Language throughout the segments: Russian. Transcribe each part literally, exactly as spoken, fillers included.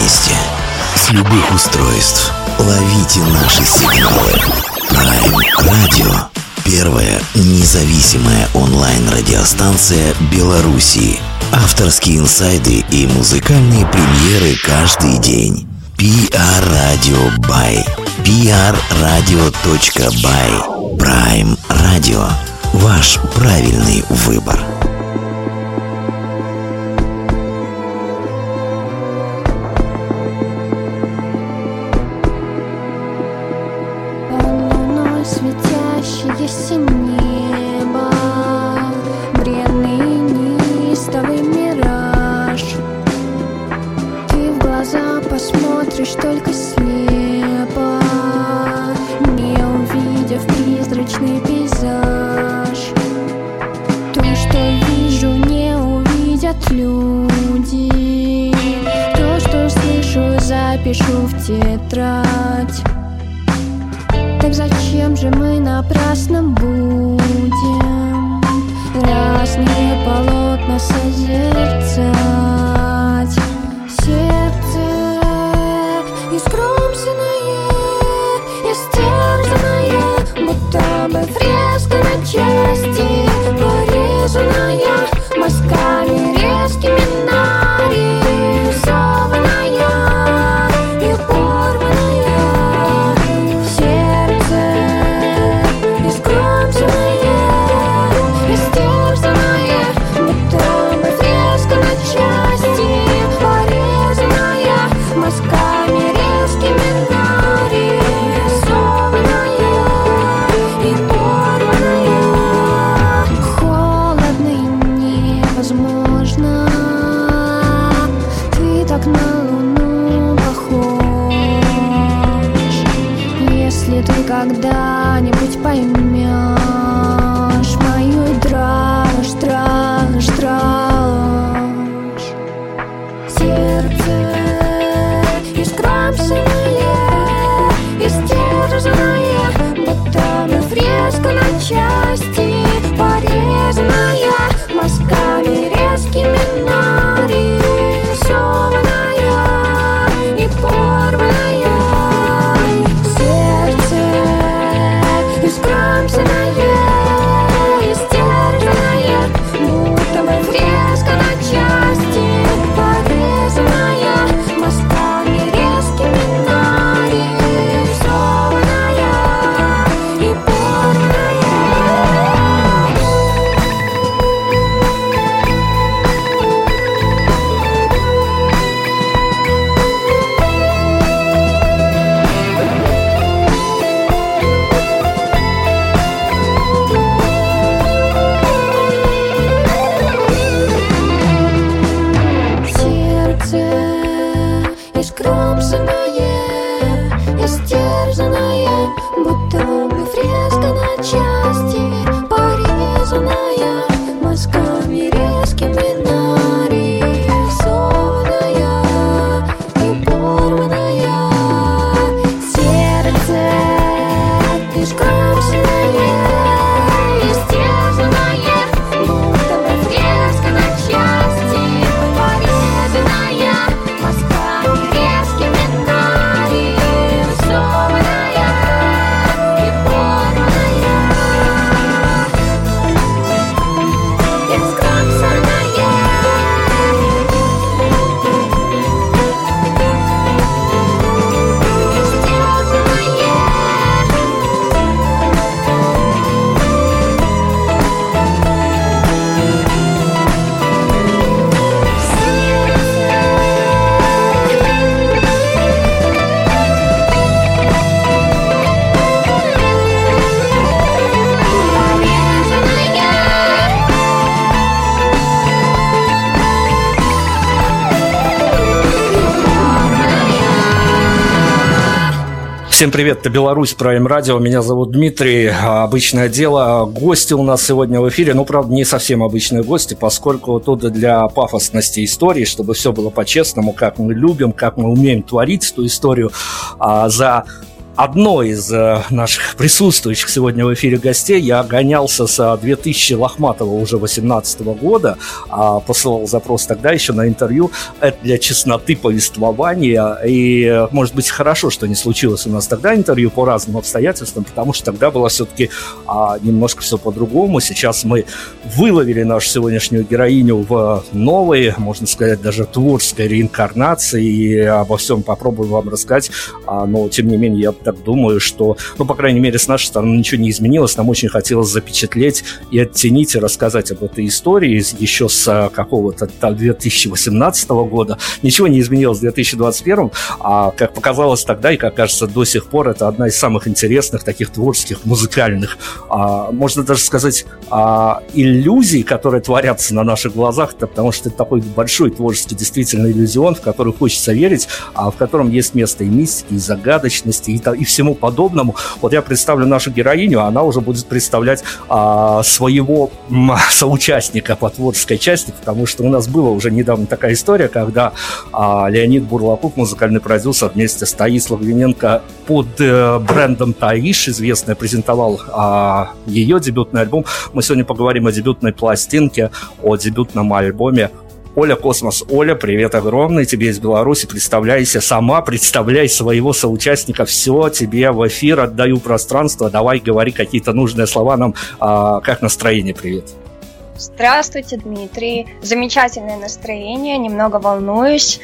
месте, с любых устройств. Ловите наши сигналы. Prime Radio. Первая независимая онлайн-радиостанция Беларуси. Авторские инсайды и музыкальные премьеры каждый день. пи ар Radio by пи ар радио точка бай. Prime Radio. Ваш правильный выбор. Светящееся небо, бренный неистовый мираж. Ты в глаза посмотришь только слепо, не увидев призрачный пейзаж. То, что вижу, не увидят люди. То, что слышу, запишу в тетрадь. Так зачем же мы напрасно будем разные полотна созерцать? Сердце искромсанное, истерзанное, будто бы фреска на части, порезанная мазками резкими нарисованная и порванная. Когда-нибудь поймешь мою дрожь, дрожь, дрожь. Сердце искромсанное, истерзанное, будто бы фреска на части, порезанная мазками резкими нарисованная и порванная. Всем привет, это Беларусь, Prime Radio, меня зовут Дмитрий, обычное дело, гости у нас сегодня в эфире, ну, правда, не совсем обычные гости, поскольку тут для пафосности истории, чтобы все было по-честному, как мы любим, как мы умеем творить эту историю, а за одной из э, наших присутствующих сегодня в эфире гостей. Я гонялся с две тысячи лохматого уже восемнадцатого года, а посылал запрос тогда еще на интервью. Это для чистоты повествования. И, может быть, хорошо, что не случилось у нас тогда интервью по разным обстоятельствам, потому что тогда было все-таки а, немножко все по-другому. Сейчас мы выловили нашу сегодняшнюю героиню в новой, можно сказать, даже творческой реинкарнации. И обо всем попробую вам рассказать. А, но, тем не менее, я так думаю, что, ну, по крайней мере, с нашей стороны ничего не изменилось. Нам очень хотелось запечатлеть и оттенить, и рассказать об этой истории еще с какого-то две тысячи восемнадцатого года. Ничего не изменилось в две тысячи двадцать первом, а, как показалось тогда, и, как кажется, до сих пор, это одна из самых интересных таких творческих, музыкальных, а, можно даже сказать, а, иллюзий, которые творятся на наших глазах, это потому что это такой большой творческий действительно иллюзион, в который хочется верить, а в котором есть место и мистики, и загадочности, и и всему подобному. Вот я представлю нашу героиню, а она уже будет представлять а, своего м, соучастника по творческой части, потому что у нас была уже недавно такая история, когда а, Леонид Бурлаков, музыкальный продюсер, вместе с Таис Логвиненко под э, брендом Таиш, известный, презентовал а, ее дебютный альбом. Мы сегодня поговорим о дебютной пластинке, о дебютном альбоме. Оля Космос. Оля, привет огромный тебе из Беларуси. Представляйся сама, представляй своего соучастника. Все, тебе в эфир отдаю пространство. Давай, говори какие-то нужные слова нам. А, как настроение? Привет. Здравствуйте, Дмитрий. Замечательное настроение, немного волнуюсь.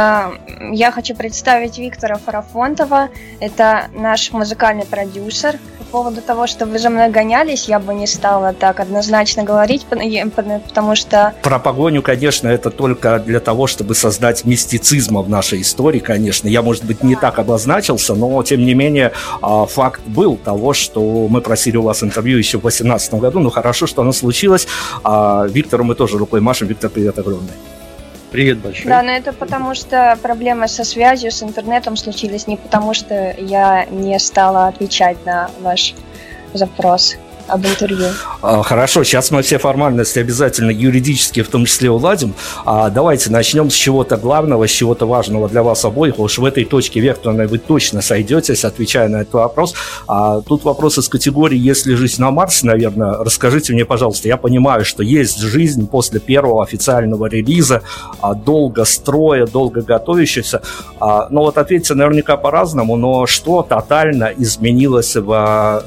Я хочу представить Виктора Фарафонтова. Это наш музыкальный продюсер. По поводу того, что вы за мной гонялись, я бы не стала так однозначно говорить, потому что... Про погоню, конечно, это только для того, чтобы создать мистицизма в нашей истории, конечно. Я, может быть, не так обозначился, но, тем не менее, факт был того, что мы просили у вас интервью еще в две тысячи восемнадцатом году. Ну, хорошо, что оно случилось. А Виктору мы тоже рукой машем. Виктор, привет огромный. Привет большой. Да, но это потому что проблемы со связью, с интернетом случились, не потому что я не стала отвечать на ваш запрос об интервью. Хорошо, сейчас мы все формальности обязательно юридически в том числе уладим. А давайте начнем с чего-то главного, с чего-то важного для вас обоих. Уж в этой точке векторной вы точно сойдетесь, отвечая на этот вопрос. А тут вопрос из категории «Есть ли жизнь на Марсе?», наверное. Расскажите мне, пожалуйста. Я понимаю, что есть жизнь после первого официального релиза, долго строя, долго готовящаяся. Но вот ответьте наверняка по-разному, но что тотально изменилось в...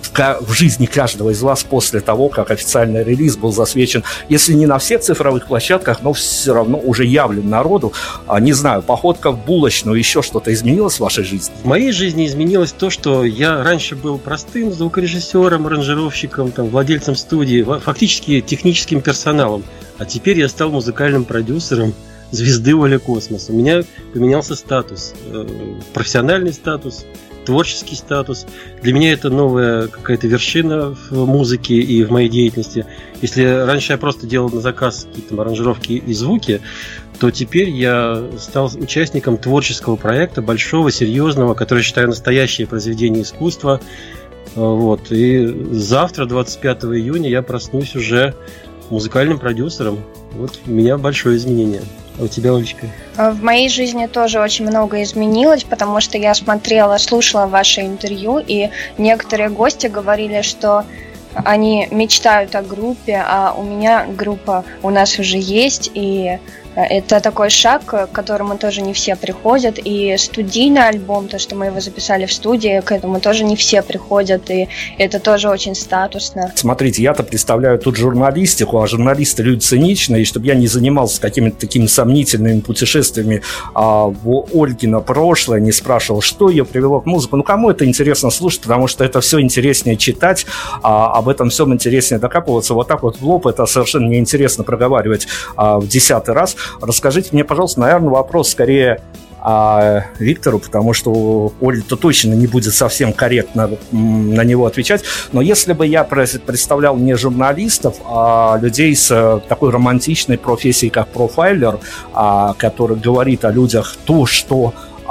в жизни каждого из вас после того, как официальный релиз был засвечен, если не на всех цифровых площадках, но все равно уже явлен народу. Не знаю, походка в булочную, еще что-то изменилось в вашей жизни? В моей жизни изменилось то, что я раньше был простым звукорежиссером, аранжировщиком, там, владельцем студии, фактически техническим персоналом. А теперь я стал музыкальным продюсером звезды Оля Космос. У меня поменялся статус, профессиональный статус, творческий статус. Для меня это новая какая-то вершина в музыке и в моей деятельности. Если раньше я просто делал на заказ какие-то аранжировки и звуки, то теперь я стал участником творческого проекта, большого, серьезного, который считаю настоящее произведение искусства. Вот. И завтра, двадцать пятого июня, я проснусь уже музыкальным продюсером. Вот у меня большое изменение. А у тебя, Олечка? В моей жизни тоже очень много изменилось, потому что я смотрела, слушала ваше интервью, и некоторые гости говорили, что они мечтают о группе, а у меня группа у нас уже есть, и это такой шаг, к которому тоже не все приходят, и студийный альбом, то, что мы его записали в студии, к этому тоже не все приходят, и это тоже очень статусно. Смотрите, я-то представляю тут журналистику, а журналисты люди циничные, и чтобы я не занимался какими-то такими сомнительными путешествиями а, в Ольгино прошлое, не спрашивал, что ее привело к музыке. Ну, кому это интересно слушать, потому что это все интереснее читать, а об этом всем интереснее докапываться. Вот так вот в лоб это совершенно неинтересно проговаривать а, в десятый раз. Расскажите мне, пожалуйста, наверное, вопрос скорее а, Виктору, потому что Оля-то точно не будет совсем корректно на него отвечать. Но если бы я представлял не журналистов, а людей с такой романтичной профессией, как профайлер, а, который говорит о людях то, что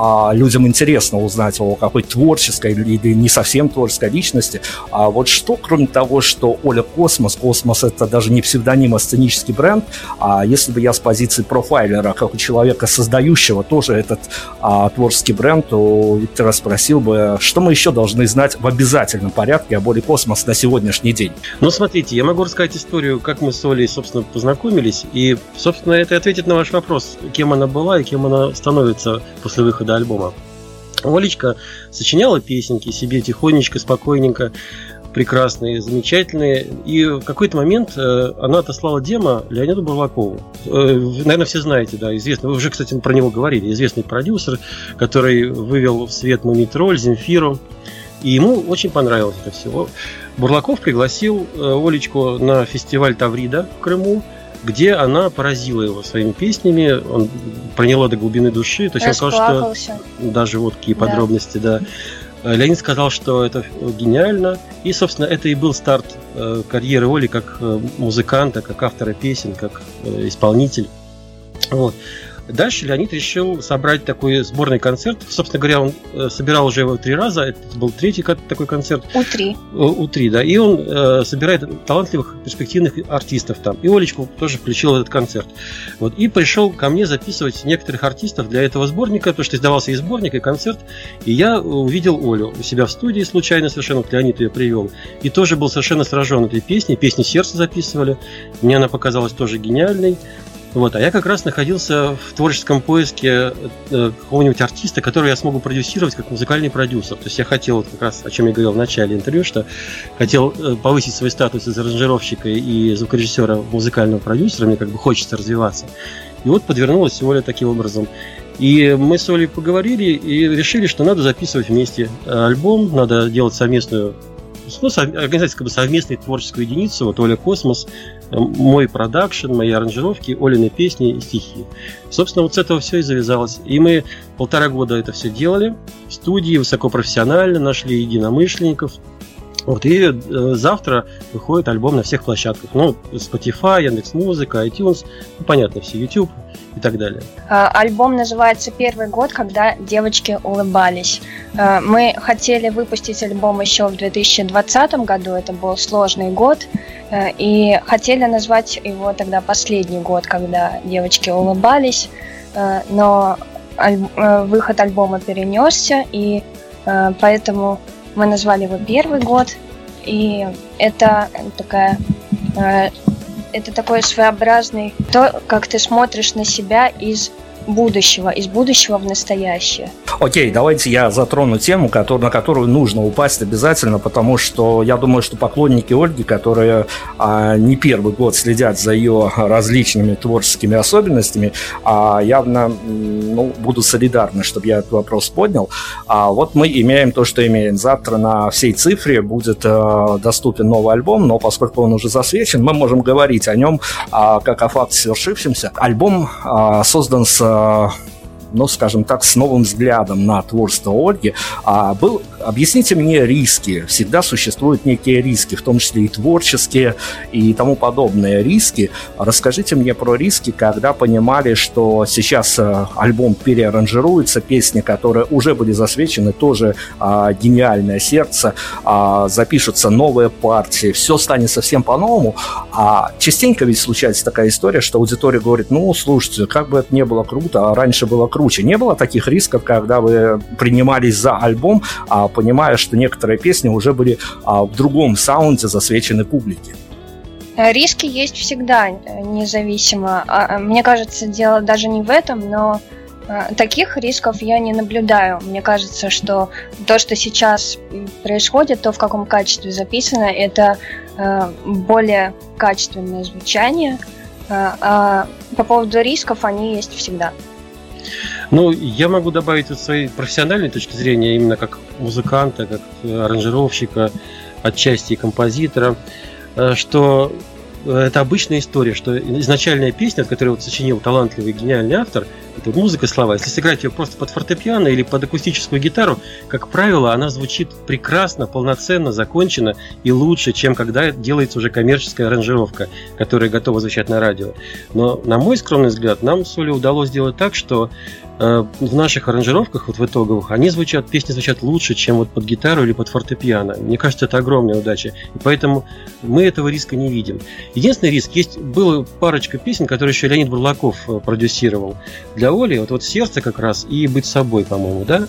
а, людям интересно узнать о какой творческой или не совсем творческой личности. А вот что, кроме того, что Оля Космос, Космос — это даже не псевдоним, а сценический бренд, а если бы я с позиции профайлера, как у человека, создающего тоже этот а, творческий бренд, то Виктора спросил бы, что мы еще должны знать в обязательном порядке об Оле Космос на сегодняшний день. Ну, смотрите, я могу рассказать историю, как мы с Олей, собственно, познакомились, и, собственно, это ответит на ваш вопрос, кем она была и кем она становится после выхода альбома. Олечка сочиняла песенки себе тихонечко, спокойненько, прекрасные, замечательные. И в какой-то момент э, она отослала демо Леониду Бурлакову. Э, наверное, все знаете, да, известный. Вы уже, кстати, про него говорили. Известный продюсер, который вывел в свет Мумитроль, Земфиру. И ему очень понравилось это все. Бурлаков пригласил э, Олечку на фестиваль Таврида в Крыму, где она поразила его своими песнями. Он проняла до глубины души. То есть он сказал, что даже вот такие да. подробности, да. Леонид сказал, что это гениально, и, собственно, это и был старт э, карьеры Оли как э, музыканта, как автора песен, как э, исполнитель. Вот. Дальше Леонид решил собрать такой сборный концерт. Собственно говоря, он э, собирал уже его три раза. Это был третий такой концерт. У-три. У-три, да. И он э, собирает талантливых, перспективных артистов там. И Олечку тоже включил в этот концерт. Вот. И пришел ко мне записывать некоторых артистов для этого сборника, потому что издавался и сборник, и концерт. И я увидел Олю у себя в студии случайно совершенно. Вот Леонид ее привел. И тоже был совершенно сражен этой песней. Песни сердца записывали. Мне она показалась тоже гениальной. Вот, а я как раз находился в творческом поиске э, какого-нибудь артиста, которого я смогу продюсировать как музыкальный продюсер. То есть я хотел, вот как раз, о чем я говорил в начале интервью, что хотел э, повысить свой статус из аранжировщика и звукорежиссера в музыкального продюсера. Мне как бы хочется развиваться. И вот подвернулась Оля таким образом. И мы с Олей поговорили и решили, что надо записывать вместе альбом, надо делать совместную, ну, организовать как бы совместную творческую единицу. Вот Оля Космос, мой продакшн, мои аранжировки, Олины песни и стихи. Собственно, вот с этого все и завязалось. И мы полтора года это все делали в студии, высокопрофессионально, нашли единомышленников. Вот, и э, завтра выходит альбом на всех площадках. Ну, Spotify, Яндекс.Музыка, iTunes, ну, понятно, все, YouTube и так далее. Альбом называется «Первый год, когда девочки улыбались». Мы хотели выпустить альбом еще в две тысячи двадцатом году, это был сложный год, и хотели назвать его тогда «Последний год, когда девочки улыбались», но выход альбома перенесся, и поэтому мы назвали его «Первый год», и это такая... Это такой своеобразный то, как ты смотришь на себя из будущего, из будущего в настоящее. Окей, давайте я затрону тему, который, на которую нужно упасть обязательно, потому что я думаю, что поклонники Ольги, которые а, не первый год следят за ее различными творческими особенностями, а, явно ну, будут солидарны, чтобы я этот вопрос поднял. А вот мы имеем то, что имеем. Завтра на всей цифре будет а, доступен новый альбом, но поскольку он уже засвечен, мы можем говорить о нем а, как о факте свершившемся. Альбом а, создан с ну, скажем так, с новым взглядом на творчество Ольги. А был, объясните мне риски. Всегда существуют некие риски, в том числе и творческие, и тому подобные риски. Расскажите мне про риски, когда понимали, что сейчас альбом переаранжируется, песни, которые уже были засвечены, тоже а, гениальное сердце, а, запишутся новые партии, все станет совсем по-новому. А частенько ведь случается такая история, что аудитория говорит, ну, слушайте, как бы это ни было круто, а раньше было круто. Не было таких рисков, когда вы принимались за альбом, а, понимая, что некоторые песни уже были а, в другом саунде засвечены публике? Риски есть всегда, независимо. Мне кажется, дело даже не в этом, но таких рисков я не наблюдаю. Мне кажется, что то, что сейчас происходит, то, в каком качестве записано, это более качественное звучание. А по поводу рисков, они есть всегда. Ну, я могу добавить от своей профессиональной точки зрения, именно как музыканта, как аранжировщика, отчасти и композитора, что это обычная история, что изначальная песня, которую вот сочинил талантливый гениальный автор, это музыка, слова. Если сыграть ее просто под фортепиано или под акустическую гитару, как правило, она звучит прекрасно, полноценно, закончена и лучше, чем когда делается уже коммерческая аранжировка, которая готова звучать на радио. Но, на мой скромный взгляд, нам с Олей удалось сделать так, что в наших аранжировках, вот в итоговых, они звучат, песни звучат лучше, чем вот под гитару или под фортепиано. Мне кажется, это огромная удача. И поэтому мы этого риска не видим. Единственный риск, есть была парочка песен, которые еще Леонид Бурлаков продюсировал для Оли, вот, вот «Сердце» как раз и «Быть собой», по-моему, да?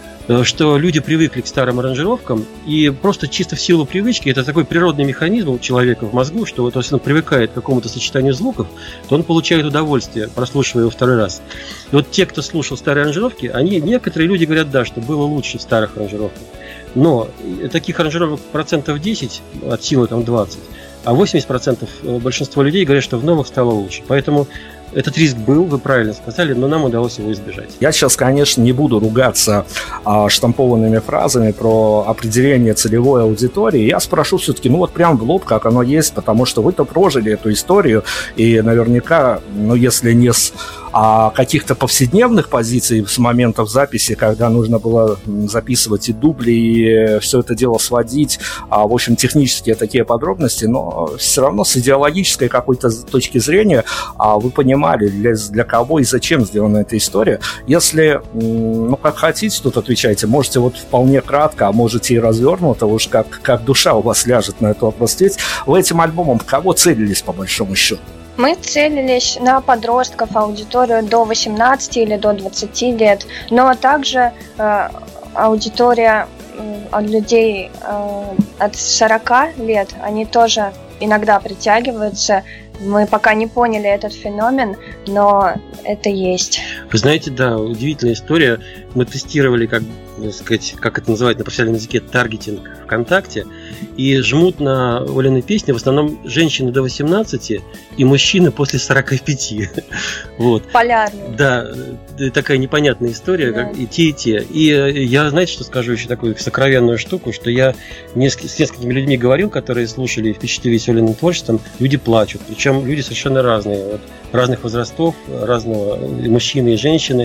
Что люди привыкли к старым аранжировкам, и просто чисто в силу привычки, это такой природный механизм у человека в мозгу, что вот если он привыкает к какому-то сочетанию звуков, то он получает удовольствие, прослушивая его второй раз. И вот те, кто слушал старые аранжировки, они, некоторые люди говорят, да, что было лучше в старых аранжировках. Но таких аранжировок процентов десять, от силы там двадцать, а восемьдесят процентов большинство людей говорят, что в новых стало лучше. Поэтому этот риск был, вы правильно сказали, но нам удалось его избежать. Я сейчас, конечно, не буду ругаться а, штампованными фразами про определение целевой аудитории. Я спрошу все-таки, ну вот прям в лоб, как оно есть, потому что вы-то прожили эту историю, и наверняка, ну если не с а, каких-то повседневных позиций с моментов записи, когда нужно было записывать и дубли, и все это дело сводить, а, в общем, технические такие подробности, но все равно с идеологической какой-то точки зрения а, вы понимаете, Для, для кого и зачем сделана эта история. Если, ну, как хотите, тут отвечайте. Можете вот вполне кратко, а можете и развернуто, уж как, как душа у вас ляжет на этот вопрос. Ведь вы этим альбомом кого целились, по большому счету? Мы целились на подростков, аудиторию до восемнадцати или до двадцати лет, но также э, аудитория э, от людей э, от сорока лет, они тоже иногда притягиваются. Мы пока не поняли этот феномен, но это есть. Вы знаете, да, удивительная история. Мы тестировали, как, так сказать, как это называют на профессиональном языке, таргетинг ВКонтакте, и жмут на Олины песни в основном женщины до восемнадцати и мужчины после сорока пяти. Вот. Полярный. Да, такая непонятная история, да. Как и те, и те. И я, знаете, что скажу еще такую сокровенную штуку, что я неск- с несколькими людьми говорил, которые слушали и впечатлились Олиным творчеством, люди плачут. Причем люди совершенно разные, вот, разных возрастов, разного, и мужчины, и женщины.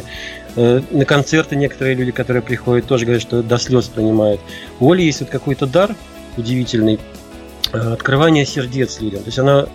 На концерты некоторые люди, которые приходят, тоже говорят, что до слез принимают. У Оли есть вот какой-то дар удивительный, открывание сердец людям. То есть она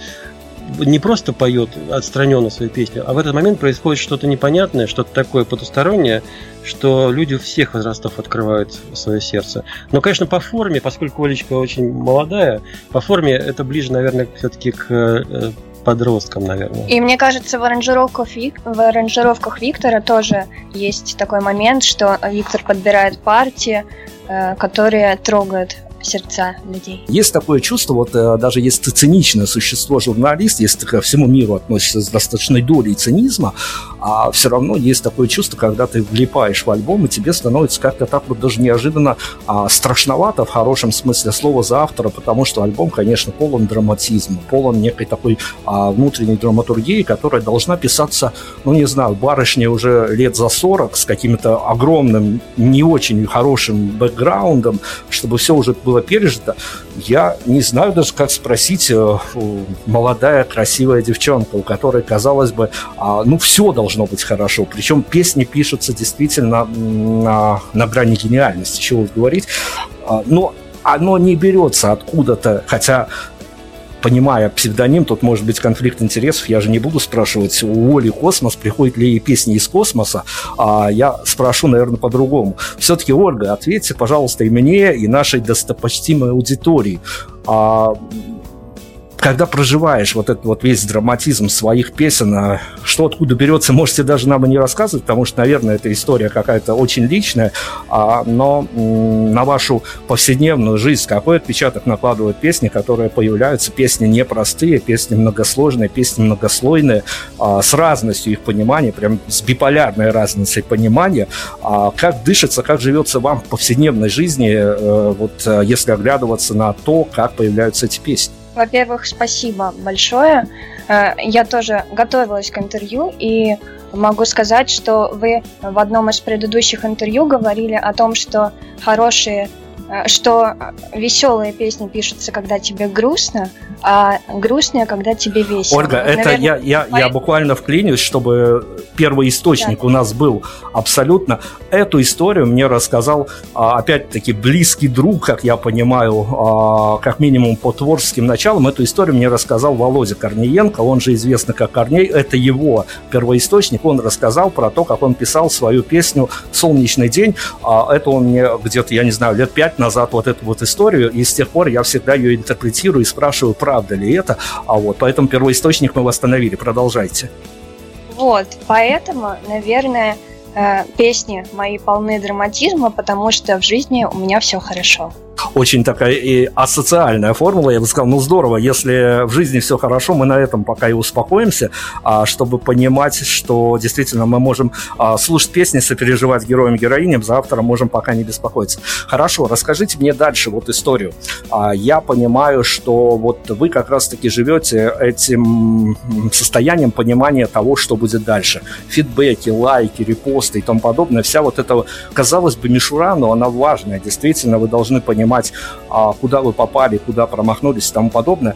не просто поет отстраненно свою песню, а в этот момент происходит что-то непонятное, что-то такое потустороннее, что люди всех возрастов открывают свое сердце. Но, конечно, по форме, поскольку Олечка очень молодая, по форме это ближе, наверное, все-таки к подросткам, наверное. И мне кажется, в аранжировках, в аранжировках Виктора тоже есть такой момент, что Виктор подбирает партии, которые трогают сердца людей. Есть такое чувство, вот даже если ты циничное существо, журналист, если ты ко всему миру относишься с достаточной долей цинизма, а все равно есть такое чувство, когда ты влипаешь в альбом, и тебе становится как-то так вот даже неожиданно а, страшновато в хорошем смысле слова за автора, потому что альбом, конечно, полон драматизма, полон некой такой а, внутренней драматургии, которая должна писаться, ну не знаю, барышне уже лет за сорок с каким-то огромным, не очень хорошим бэкграундом, чтобы все уже было пережито. Я не знаю даже, как спросить э, молодая, красивая девчонка, у которой, казалось бы, э, ну, все должно быть хорошо. Причем песни пишутся действительно на, на грани гениальности, чего уж говорить. Э, но оно не берется откуда-то, хотя, понимая псевдоним, тут может быть конфликт интересов. Я же не буду спрашивать у Оли космос, приходят ли ей песни из космоса. А я спрошу, наверное, по-другому. Все-таки, Ольга, ответьте, пожалуйста, и мне, и нашей достопочтимой аудитории. А когда проживаешь вот этот вот весь драматизм своих песен, что откуда берется, можете даже нам и не рассказывать, потому что, наверное, эта история какая-то очень личная, но на вашу повседневную жизнь какой отпечаток накладывают песни, которые появляются, песни непростые, песни многосложные, песни многослойные, с разностью их понимания, прям с биполярной разницей понимания. Как дышится, как живется вам в повседневной жизни, вот если оглядываться на то, как появляются эти песни? Во-первых, спасибо большое. Я тоже готовилась к интервью и могу сказать, что вы в одном из предыдущих интервью говорили о том, что хорошие, что веселые песни пишутся, когда тебе грустно, а грустные, когда тебе весело. Ольга, Вот, это наверное, я, я, я буквально вклинюсь, чтобы первый источник Да. у нас был абсолютно. Эту историю мне рассказал, а, опять-таки, близкий друг, как я понимаю, а, как минимум по творческим началам. Эту историю мне рассказал Володя Корниенко, он же известный как Корней. Это его первоисточник. Он рассказал про то, как он писал свою песню «Солнечный день». А, это он мне где-то, я не знаю, лет пять назад вот эту вот историю, и с тех пор я всегда ее интерпретирую и спрашиваю, правда ли это. А вот, поэтому первоисточник мы восстановили. Продолжайте. Вот, поэтому, наверное, э, песни мои полны драматизма, потому что в жизни у меня все хорошо. Очень такая и асоциальная формула. Я бы сказал, ну здорово, если в жизни все хорошо, мы на этом пока и успокоимся, а, чтобы понимать, что действительно мы можем а, слушать песни, сопереживать героям, героиням, за автором можем пока не беспокоиться. Хорошо, расскажите мне дальше вот историю. А, я понимаю, что вот вы как раз-таки живете этим состоянием понимания того, что будет дальше. Фидбэки, лайки, репосты и тому подобное. Вся вот эта, казалось бы, мишура, но она важная. Действительно, вы должны понимать, куда вы попали, куда промахнулись и тому подобное.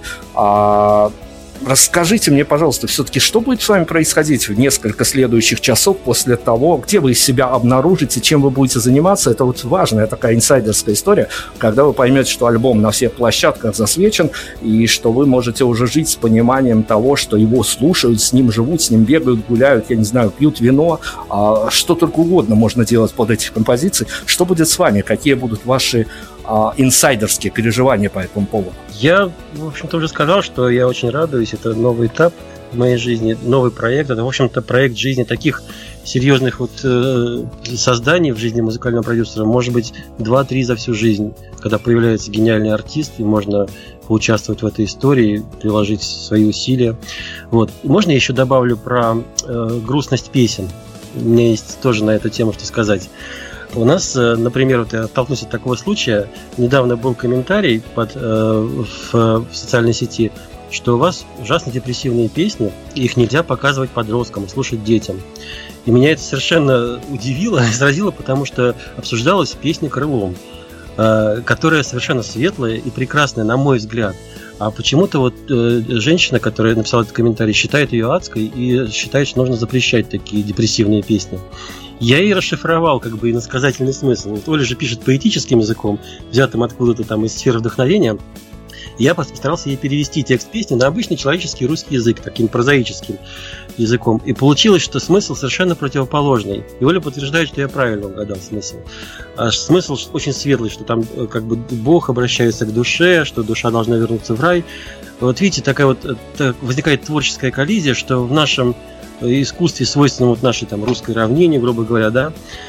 Расскажите мне, пожалуйста, все-таки, что будет с вами происходить в несколько следующих часов после того, где вы себя обнаружите, чем вы будете заниматься. Это вот важная такая инсайдерская история, когда вы поймете, что альбом на всех площадках засвечен, и что вы можете уже жить с пониманием того, что его слушают, с ним живут, с ним бегают, гуляют, я не знаю, пьют вино, а что только угодно можно делать под эти композиции. Что будет с вами? Какие будут ваши а, инсайдерские переживания по этому поводу? Я, в общем-то, уже сказал, что я очень радуюсь. Это новый этап в моей жизни, новый проект. Это, в общем-то, проект жизни таких серьезных вот э, созданий в жизни музыкального продюсера. Может быть, два-три за всю жизнь, когда появляется гениальный артист, и можно поучаствовать в этой истории, приложить свои усилия. Вот. Можно я еще добавлю про э, грустность песен? У меня есть тоже на эту тему что сказать. У нас, например, вот я оттолкнусь от такого случая, недавно был комментарий под, э, в, в социальной сети, что у вас ужасно депрессивные песни, и их нельзя показывать подросткам, слушать детям. И меня это совершенно удивило и сразило, потому что обсуждалась песня «Крылом», э, которая совершенно светлая и прекрасная, на мой взгляд. А почему-то вот э, женщина, которая написала этот комментарий, считает ее адской и считает, что нужно запрещать такие депрессивные песни. Я и расшифровал как бы иносказательный смысл. Вот Оля же пишет поэтическим языком, взятым откуда-то там из сферы вдохновения. Я постарался ей перевести текст песни на обычный человеческий русский язык, таким прозаическим языком. И получилось, что смысл совершенно противоположный. И Оля подтверждает, что я правильно угадал смысл. А смысл очень светлый, что там как бы Бог обращается к душе, что душа должна вернуться в рай. Вот видите, такая вот так возникает творческая коллизия, что в нашем искусстве, свойственном вот нашей там русской равнине, грубо говоря, да,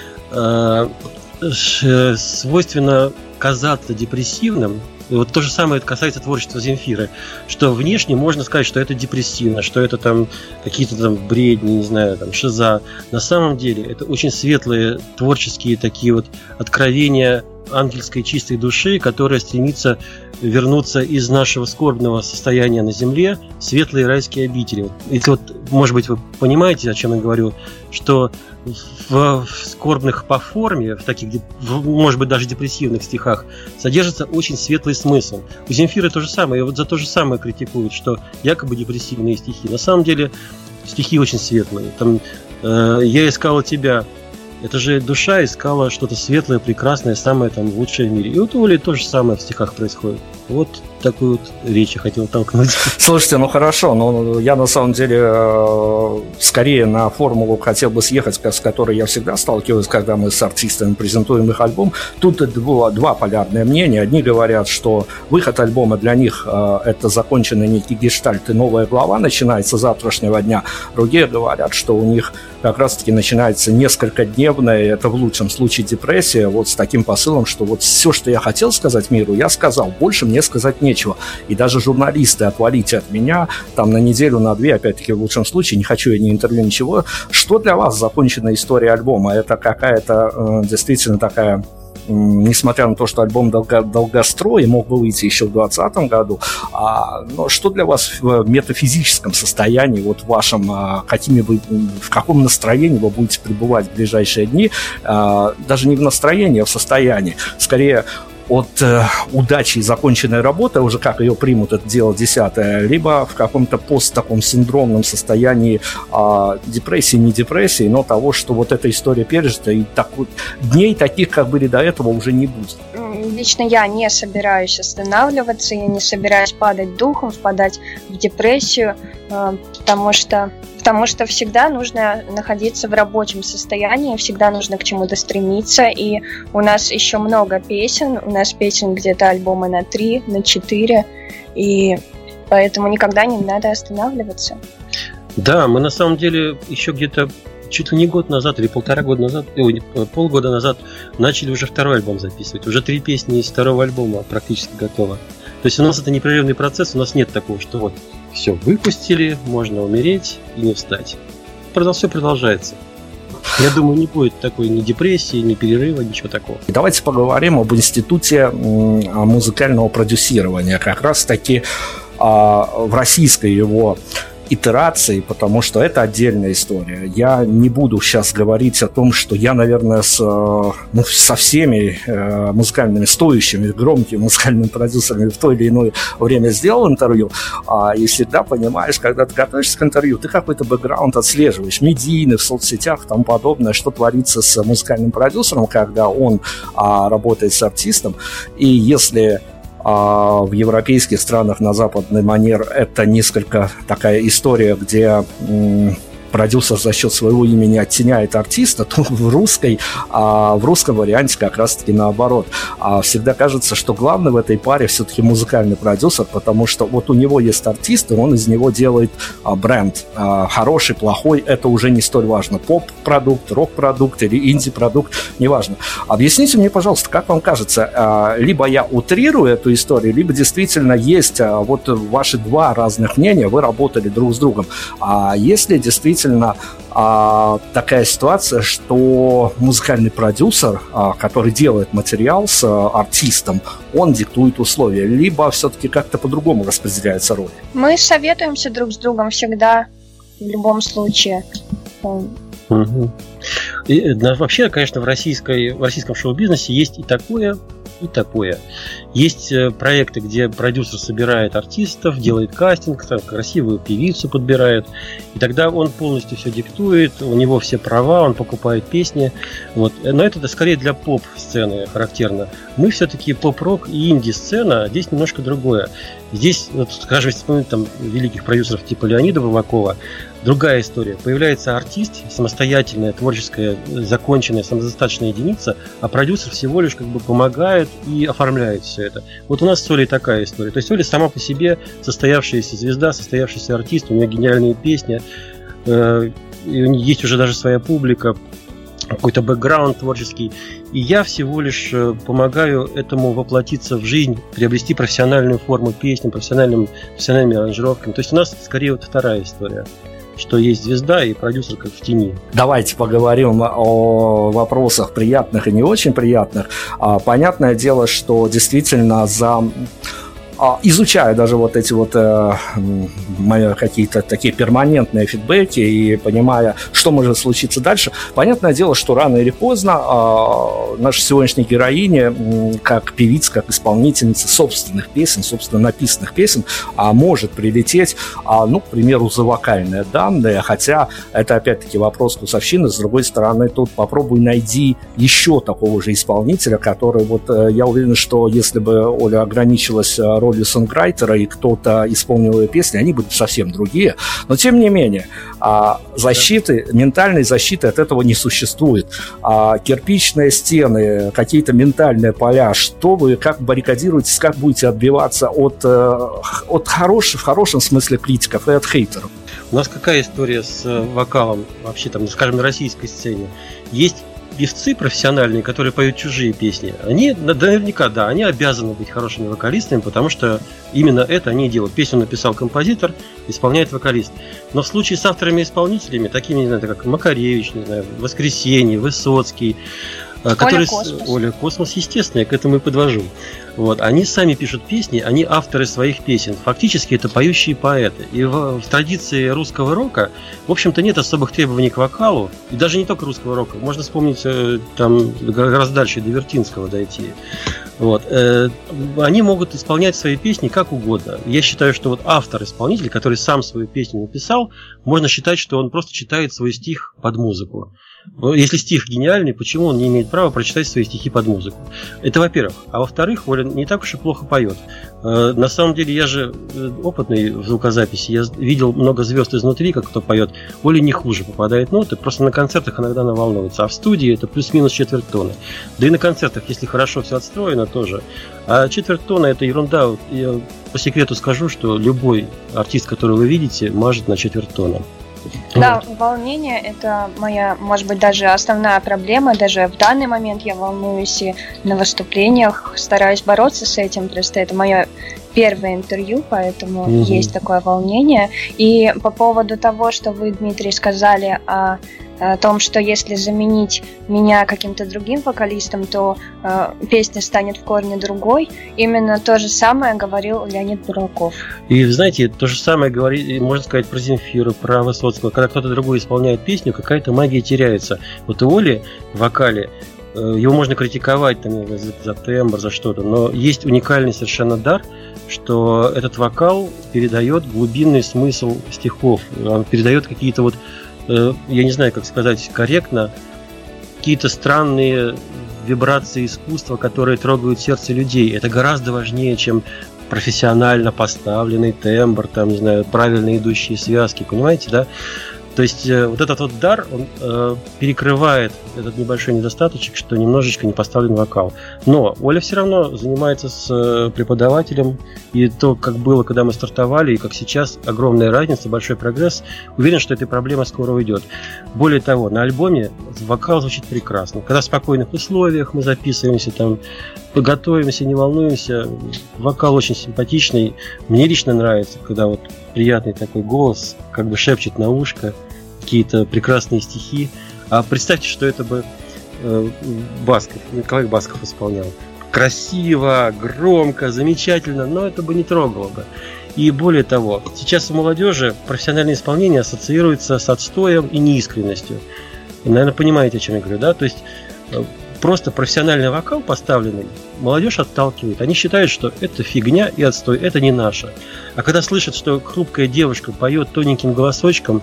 э, свойственно казаться депрессивным. И вот то же самое это касается творчества Земфиры, что внешне можно сказать, что это депрессивно, что это там какие-то там бредни, не знаю, там шиза. На самом деле это очень светлые творческие такие вот откровения ангельской чистой души, которая стремится вернуться из нашего скорбного состояния на земле в светлые райские обители. И вот, может быть, вы понимаете, о чем я говорю, что в, в скорбных по форме, в таких, в, может быть, даже депрессивных стихах содержится очень светлый смысл. У Земфиры то же самое, и вот за то же самое критикуют, что якобы депрессивные стихи. На самом деле стихи очень светлые. Там э, «Я искала тебя». Это же душа искала что-то светлое, прекрасное, самое там лучшее в мире. И вот у Оли то же самое в стихах происходит. Вот такую вот речь я хотел толкнуть. Слушайте, ну хорошо, но я на самом деле скорее на формулу хотел бы съехать, с которой я всегда сталкиваюсь, когда мы с артистами презентуем их альбом. Тут два, два полярные мнения. Одни говорят, что выход альбома для них это законченный некий гештальт, и новая глава начинается с завтрашнего дня. Другие говорят, что у них как раз-таки начинается несколькодневная, это в лучшем случае депрессия, вот с таким посылом, что вот все, что я хотел сказать миру, я сказал, больше мне сказать нечего. И даже журналисты, отвалите от меня, там на неделю, на две, опять-таки в лучшем случае, не хочу я ни интервью, ничего. Что для вас законченная история альбома? Это какая-то э, действительно такая... Несмотря на то, что альбом долго, долгострой и мог бы выйти еще в двадцатом году, а, но что для вас в метафизическом состоянии, вот в вашем, а, какими вы, в каком настроении вы будете пребывать в ближайшие дни, а, даже не в настроении, а в состоянии, скорее от э, удачи и законченной работы, уже как ее примут, это дело десятое, либо в каком-то пост таком синдромном состоянии э, депрессии, не депрессии, но того, что вот эта история пережита, и так вот, дней таких, как были до этого, уже не будет. Лично я не собираюсь останавливаться, я не собираюсь падать духом, впадать в депрессию, потому что, потому что всегда нужно находиться в рабочем состоянии, всегда нужно к чему-то стремиться, и у нас еще много песен, у нас песен где-то альбома на три, на четыре, и поэтому никогда не надо останавливаться. Да, мы на самом деле еще где-то чуть ли не год назад или полтора года назад, ой, полгода назад начали уже второй альбом записывать. Уже три песни из второго альбома практически готово. То есть у нас это непрерывный процесс, у нас нет такого, что вот все выпустили, можно умереть и не встать. Все продолжается. Я думаю, не будет такой ни депрессии, ни перерыва, ничего такого. Давайте поговорим об институте музыкального продюсирования. Как раз таки в российской его итерации, потому что это отдельная история. Я не буду сейчас говорить о том, что я, наверное, с, ну, со всеми э, музыкальными стоящими, громкими музыкальными продюсерами в то или иное время сделал интервью, а, и всегда понимаешь, когда ты готовишься к интервью, ты какой-то бэкграунд отслеживаешь, медийный, в соцсетях и тому подобное, что творится с музыкальным продюсером, когда он а, работает с артистом, и если А в европейских странах на западный манер это несколько такая история, где м- продюсер за счет своего имени оттеняет артиста, то в русской, а в русском варианте как раз-таки наоборот. А всегда кажется, что главный в этой паре все-таки музыкальный продюсер, потому что вот у него есть артист, и он из него делает а, бренд. А, хороший, плохой, это уже не столь важно. Поп-продукт, рок-продукт или инди-продукт, неважно. Объясните мне, пожалуйста, как вам кажется, а, либо я утрирую эту историю, либо действительно есть а, вот ваши два разных мнения, вы работали друг с другом. А если действительно а, такая ситуация, что музыкальный продюсер, а, который делает материал с а, артистом, он диктует условия, либо все-таки как-то по-другому распределяется роль? Мы советуемся друг с другом всегда, в любом случае. Угу. И, да, вообще, конечно, в, российской, в российском шоу-бизнесе есть и такое, и такое. Есть проекты, где продюсер собирает артистов, делает кастинг, там, красивую певицу подбирает, и тогда он полностью все диктует, у него все права, он покупает песни. Вот. Но это скорее для поп-сцены характерно. Мы все-таки поп-рок и инди-сцена, здесь немножко другое. Здесь, вот, скажем, если вспомнить там великих продюсеров типа Леонида Бавакова, другая история. Появляется артист, самостоятельная, творческая, законченная, самодостаточная единица, а продюсер всего лишь как бы помогает и оформляет все это. Вот у нас с Олей такая история. То есть Оля сама по себе состоявшаяся звезда, состоявшийся артист, у нее гениальные песни, э, и у нее есть уже даже своя публика, какой-то бэкграунд творческий. И я всего лишь помогаю этому воплотиться в жизнь, приобрести профессиональную форму песни, профессиональными, профессиональными аранжировками. То есть у нас скорее вот вторая история, что есть звезда и продюсер как в тени. Давайте поговорим о вопросах приятных и не очень приятных. Понятное дело, что действительно за... изучая даже вот эти вот э, мои какие-то такие перманентные фидбэки и понимая, что может случиться дальше, понятное дело, что рано или поздно э, наша сегодняшняя героиня, э, как певица, как исполнительница собственных песен, собственно написанных песен, э, может прилететь, э, ну, к примеру, за вокальные данные, хотя это опять-таки вопрос вкусовщины. С другой стороны, тут попробуй найди еще такого же исполнителя, который вот, э, я уверен, что если бы Оля ограничилась ролью сонграйтера и кто-то исполнил ее песни, они будут совсем другие. Но тем не менее, защиты, ментальной защиты от этого не существует. Кирпичные стены, какие-то ментальные поля, что вы, как баррикадируетесь, как будете отбиваться от, от хороших, в хорошем смысле критиков и от хейтеров? У нас какая история с вокалом вообще, там, скажем, на российской сцене? Есть певцы профессиональные, которые поют чужие песни, они наверняка, да, они обязаны быть хорошими вокалистами, потому что именно это они делают. Песню написал композитор, исполняет вокалист. Но в случае с авторами-исполнителями, такими, не знаю, как Макаревич, не знаю, Воскресенье, Высоцкий, Оля Космос. Оля Космос, естественно, я к этому и подвожу. Вот. Они сами пишут песни, они авторы своих песен. Фактически это поющие поэты. И в, в традиции русского рока, в общем-то, нет особых требований к вокалу. И даже не только русского рока. Можно вспомнить там гораздо дальше, до Вертинского дойти. Вот. Они могут исполнять свои песни как угодно. Я считаю, что вот автор-исполнитель, который сам свою песню написал, можно считать, что он просто читает свой стих под музыку. Если стих гениальный, почему он не имеет права прочитать свои стихи под музыку? Это во-первых. А во-вторых, Оля не так уж и плохо поет. На самом деле, я же опытный в звукозаписи. Я видел много звезд изнутри, как кто поет. Оля не хуже попадает ноты. Просто на концертах иногда она волнуется. А в студии это плюс-минус четверть тона. Да и на концертах, если хорошо все отстроено, тоже. А четверть тона — это ерунда. Я по секрету скажу, что любой артист, которого вы видите, мажет на четверть тона. Да, волнение – это моя, может быть, даже основная проблема. Даже в данный момент я волнуюсь и на выступлениях стараюсь бороться с этим. Просто это мое первое интервью, поэтому угу. есть такое волнение. И по поводу того, что вы, Дмитрий, сказали о, о том, что если заменить меня каким-то другим вокалистом, то э, песня станет в корне другой, именно то же самое говорил Леонид Бурлаков. И, знаете, то же самое говорит, можно сказать, про Земфиру, про Высоцкого. Когда кто-то другой исполняет песню, какая-то магия теряется. Вот у Оли в вокале, его можно критиковать там, за, за тембр, за что-то, но есть уникальный совершенно дар, что этот вокал передает глубинный смысл стихов, он передает какие-то вот, э, я не знаю, как сказать корректно, какие-то странные вибрации искусства, которые трогают сердце людей. Это гораздо важнее, чем профессионально поставленный тембр, там, не знаю, правильно идущие связки, понимаете, да? То есть э, вот этот вот дар, он э, перекрывает этот небольшой недостаточек, что немножечко не поставлен вокал. Но Оля все равно занимается с э, преподавателем, и то, как было, когда мы стартовали, и как сейчас, огромная разница, большой прогресс. Уверен, что эта проблема скоро уйдет. Более того, на альбоме вокал звучит прекрасно. Когда в спокойных условиях мы записываемся, там, готовимся, не волнуемся, вокал очень симпатичный. Мне лично нравится, когда вот приятный такой голос, как бы шепчет на ушко какие-то прекрасные стихи. А представьте, что это бы э, Басков, Николай Басков исполнял. Красиво, громко, замечательно, но это бы не трогало бы. И более того, сейчас у молодежи профессиональное исполнение ассоциируется с отстоем и неискренностью. Вы, наверное, понимаете, о чем я говорю, да? То есть э, просто профессиональный вокал поставленный молодежь отталкивает. Они считают, что это фигня и отстой, это не наше. А когда слышат, что хрупкая девушка поет тоненьким голосочком,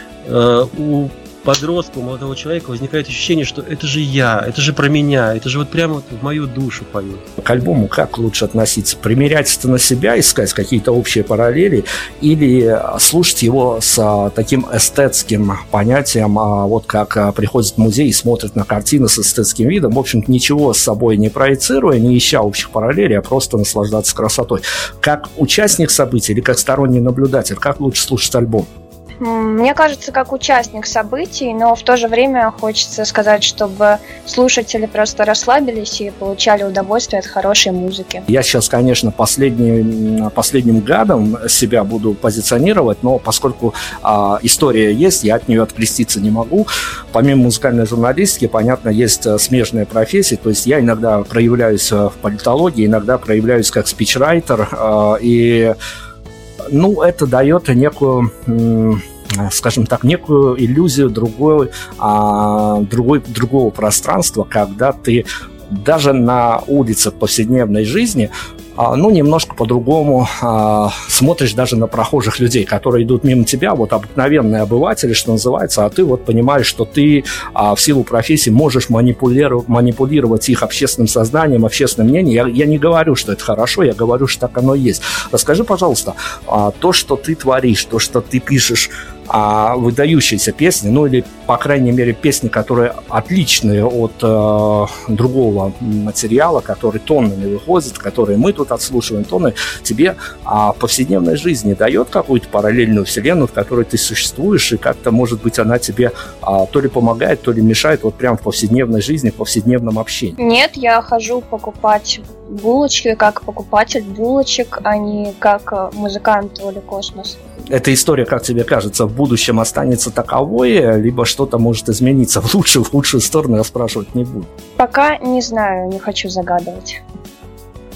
э, у подростка, у молодого человека возникает ощущение, что это же я, это же про меня, это же вот прямо вот в мою душу поет. К альбому как лучше относиться? Примерять это на себя, искать какие-то общие параллели, или слушать его с таким эстетским понятием, вот как приходит в музей и смотрит на картины с эстетским видом, в общем-то ничего с собой не проецируя, не ища общих параллелей, а просто наслаждаться красотой. Как участник событий или как сторонний наблюдатель, как лучше слушать альбом? Мне кажется, как участник событий, но в то же время хочется сказать, чтобы слушатели просто расслабились и получали удовольствие от хорошей музыки. Я сейчас, конечно, последним, последним гадом себя буду позиционировать, но поскольку а, история есть, я от нее откреститься не могу. Помимо музыкальной журналистики, понятно, есть смежные профессии, то есть я иногда проявляюсь в политологии, иногда проявляюсь как спичрайтер, а, и ну, это дает некую, скажем так, некую иллюзию другой, а, другой, другого пространства, когда ты даже на улице повседневной жизни а, ну, немножко по-другому а, смотришь даже на прохожих людей, которые идут мимо тебя, вот обыкновенные обыватели, что называется, а ты вот понимаешь, что ты а, в силу профессии можешь манипулировать, манипулировать их общественным сознанием, общественным мнением. Я, я не говорю, что это хорошо, я говорю, что так оно и есть. Расскажи, пожалуйста, а, то, что ты творишь, то, что ты пишешь, а выдающиеся песни, ну или, по крайней мере, песни, которые отличные от э, другого материала, который тоннами выходит, которые мы тут отслушиваем тонны, тебе а, повседневной жизни дает какую-то параллельную вселенную, в которой ты существуешь, и как-то, может быть, она тебе а, то ли помогает, то ли мешает вот прям в повседневной жизни, в повседневном общении? Нет, я хожу покупать булочки как покупатель булочек, а не как музыкант Оли Космос. Эта история, как тебе кажется, в будущем останется таковой, либо что-то может измениться в лучшую, в худшую сторону, я спрашивать не буду. Пока не знаю, не хочу загадывать.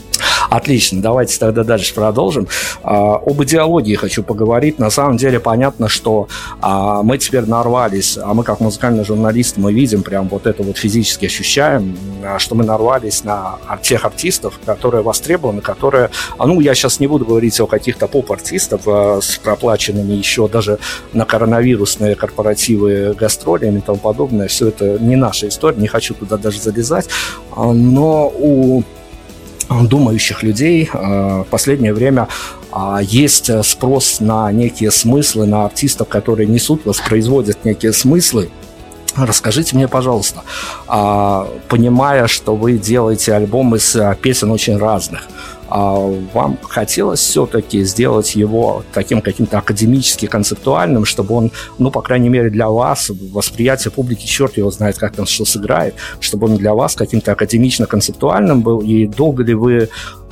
Отлично, давайте тогда дальше продолжим. А, об идеологии хочу поговорить. На самом деле понятно, что а, мы теперь нарвались, а мы как музыкальные журналисты, мы видим, прям вот это вот физически ощущаем, что мы нарвались на тех артистов, которые востребованы, которые, ну, я сейчас не буду говорить о каких-то поп-артистах а, с проплаченными еще даже на коронавирусные корпоративы гастролями и тому подобное. Все это не наша история, не хочу туда даже залезать, но у думающих людей в последнее время есть спрос на некие смыслы, на артистов, которые несут, воспроизводят некие смыслы. Расскажите мне, пожалуйста, понимая, что вы делаете альбом из песен очень разных, вам хотелось все-таки сделать его таким каким-то академически концептуальным, чтобы он, ну, по крайней мере, для вас, восприятие публики, черт его знает, как там что сыграет, чтобы он для вас каким-то академично-концептуальным был, и долго ли вы,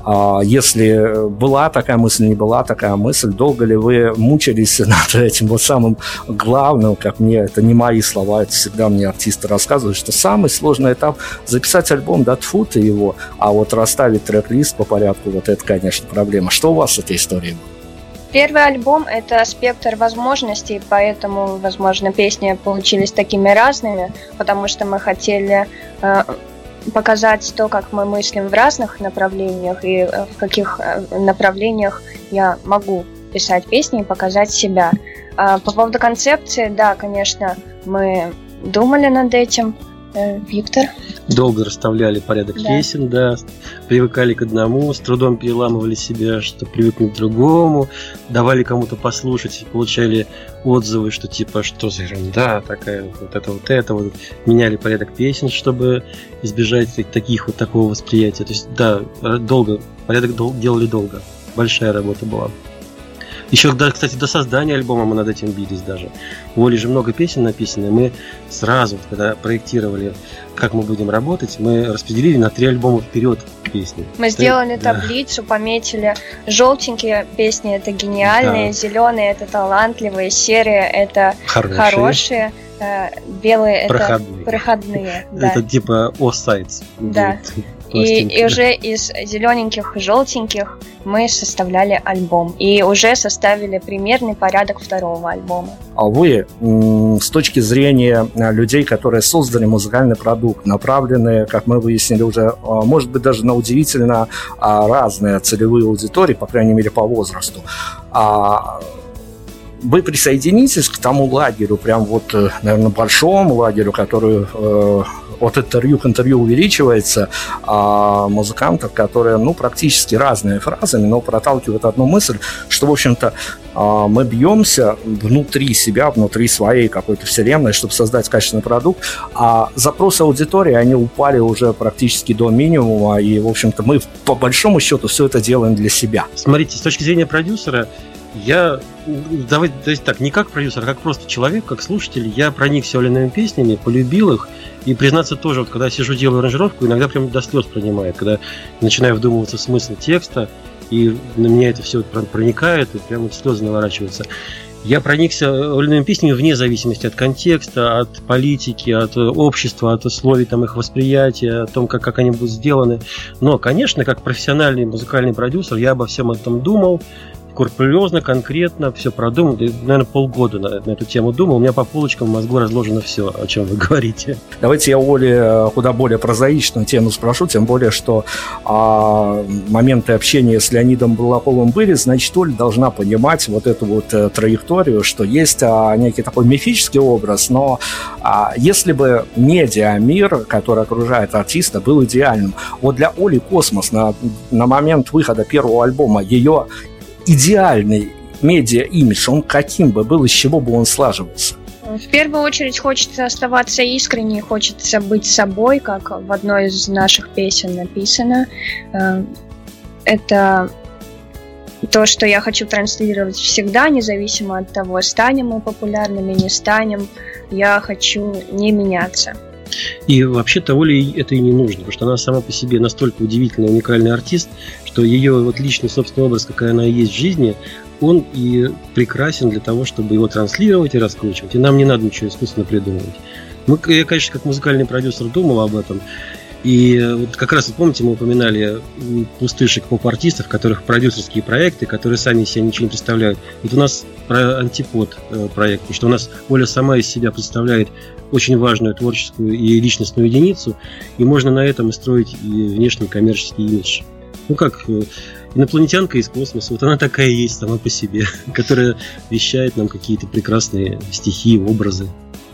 если была такая мысль, не была такая мысль, долго ли вы мучились над этим вот самым главным, как мне, это не мои слова, это всегда мне артисты рассказывают, что самый сложный этап записать альбом, да, тьфу ты его, а вот расставить трек-лист по порядку, вот это, конечно, проблема. Что у вас с этой историей было? Первый альбом — это спектр возможностей, поэтому, возможно, песни получились такими разными, потому что мы хотели э, показать то, как мы мыслим в разных направлениях и в каких направлениях я могу писать песни и показать себя. А по поводу концепции, да, конечно, мы думали над этим. Виктор? Долго расставляли порядок да. песен, да, привыкали к одному, с трудом переламывали себя, чтобы привыкнуть к другому, давали кому-то послушать, получали отзывы, что типа, что за ерунда такая, вот это, вот это, вот. Меняли порядок песен, чтобы избежать таких вот такого восприятия. То есть, да, долго, порядок дол- делали долго, большая работа была. Еще, кстати, до создания альбома мы над этим бились даже. У Оли же много песен написано, и мы сразу, когда проектировали, как мы будем работать, мы распределили на три альбома вперед песни. Мы сделали да. таблицу, пометили желтенькие песни — это гениальные, да. зеленые — это талантливые, серые — это хорошие, хорошие э, белые — проходные. это проходные. Да. Это типа офсайдс. Да. И, и уже из зелененьких, желтеньких мы составляли альбом. И уже составили примерный порядок второго альбома. А вы, с точки зрения людей, которые создали музыкальный продукт, направленные, как мы выяснили уже, может быть, даже на удивительно разные целевые аудитории, по крайней мере, по возрасту, вы присоединитесь к тому лагерю, прям вот, наверное, большому лагерю, который э, от интервью к интервью увеличивается, э, музыкантов, которые, ну, практически разными фразами, но проталкивают одну мысль, что, в общем-то, э, мы бьемся внутри себя, внутри своей какой-то вселенной, чтобы создать качественный продукт, а запросы аудитории, они упали уже практически до минимума, и, в общем-то, мы, по большому счету, все это делаем для себя. Смотрите, с точки зрения продюсера, я, давайте, то есть так, не как продюсер, а как просто человек, как слушатель, я проникся Олиными песнями, полюбил их, и, признаться, тоже, вот, когда сижу, делаю аранжировку, иногда прям до слез пронимает, когда начинаю вдумываться в смысл текста, и на меня это все проникает, и прям вот слезы наворачиваются. Я проникся Олиными песнями вне зависимости от контекста, от политики, от общества, от условий там, их восприятия, о том, как, как они будут сделаны. Но, конечно, как профессиональный музыкальный продюсер, я обо всем этом думал, скрупулезно, конкретно, все продумал. Наверное, полгода на, на эту тему думал. У меня по полочкам в мозгу разложено все, о чем вы говорите. Давайте я у Оли куда более прозаичную тему спрошу, тем более, что а, моменты общения с Леонидом Булаковым были, значит, Оля должна понимать вот эту вот а, траекторию, что есть а, некий такой мифический образ, но а, если бы медиамир, который окружает артиста, был идеальным, вот для Оли космос на, на момент выхода первого альбома, ее идеальный медиа-имидж, он каким бы был, из чего бы он слаживался? В первую очередь хочется оставаться искренней, хочется быть собой, как в одной из наших песен написано. Это то, что я хочу транслировать всегда, независимо от того, станем мы популярными, не станем. Я хочу не меняться. И вообще-то Оле это и не нужно, потому что она сама по себе настолько удивительный, уникальный артист, что ее вот личный собственный образ, какая она есть в жизни, он и прекрасен для того, чтобы его транслировать и раскручивать. И нам не надо ничего искусственно придумывать. Мы, я, конечно, как музыкальный продюсер думал об этом. И вот как раз, вот помните, мы упоминали пустышек поп-артистов, которых продюсерские проекты, которые сами из себя ничего не представляют. Вот у нас про антипод проект, потому что у нас Оля сама из себя представляет очень важную творческую и личностную единицу, и можно на этом и строить и внешний коммерческий имидж. Ну как, инопланетянка из космоса, вот она такая и есть сама по себе, которая вещает нам какие-то прекрасные стихи, образы.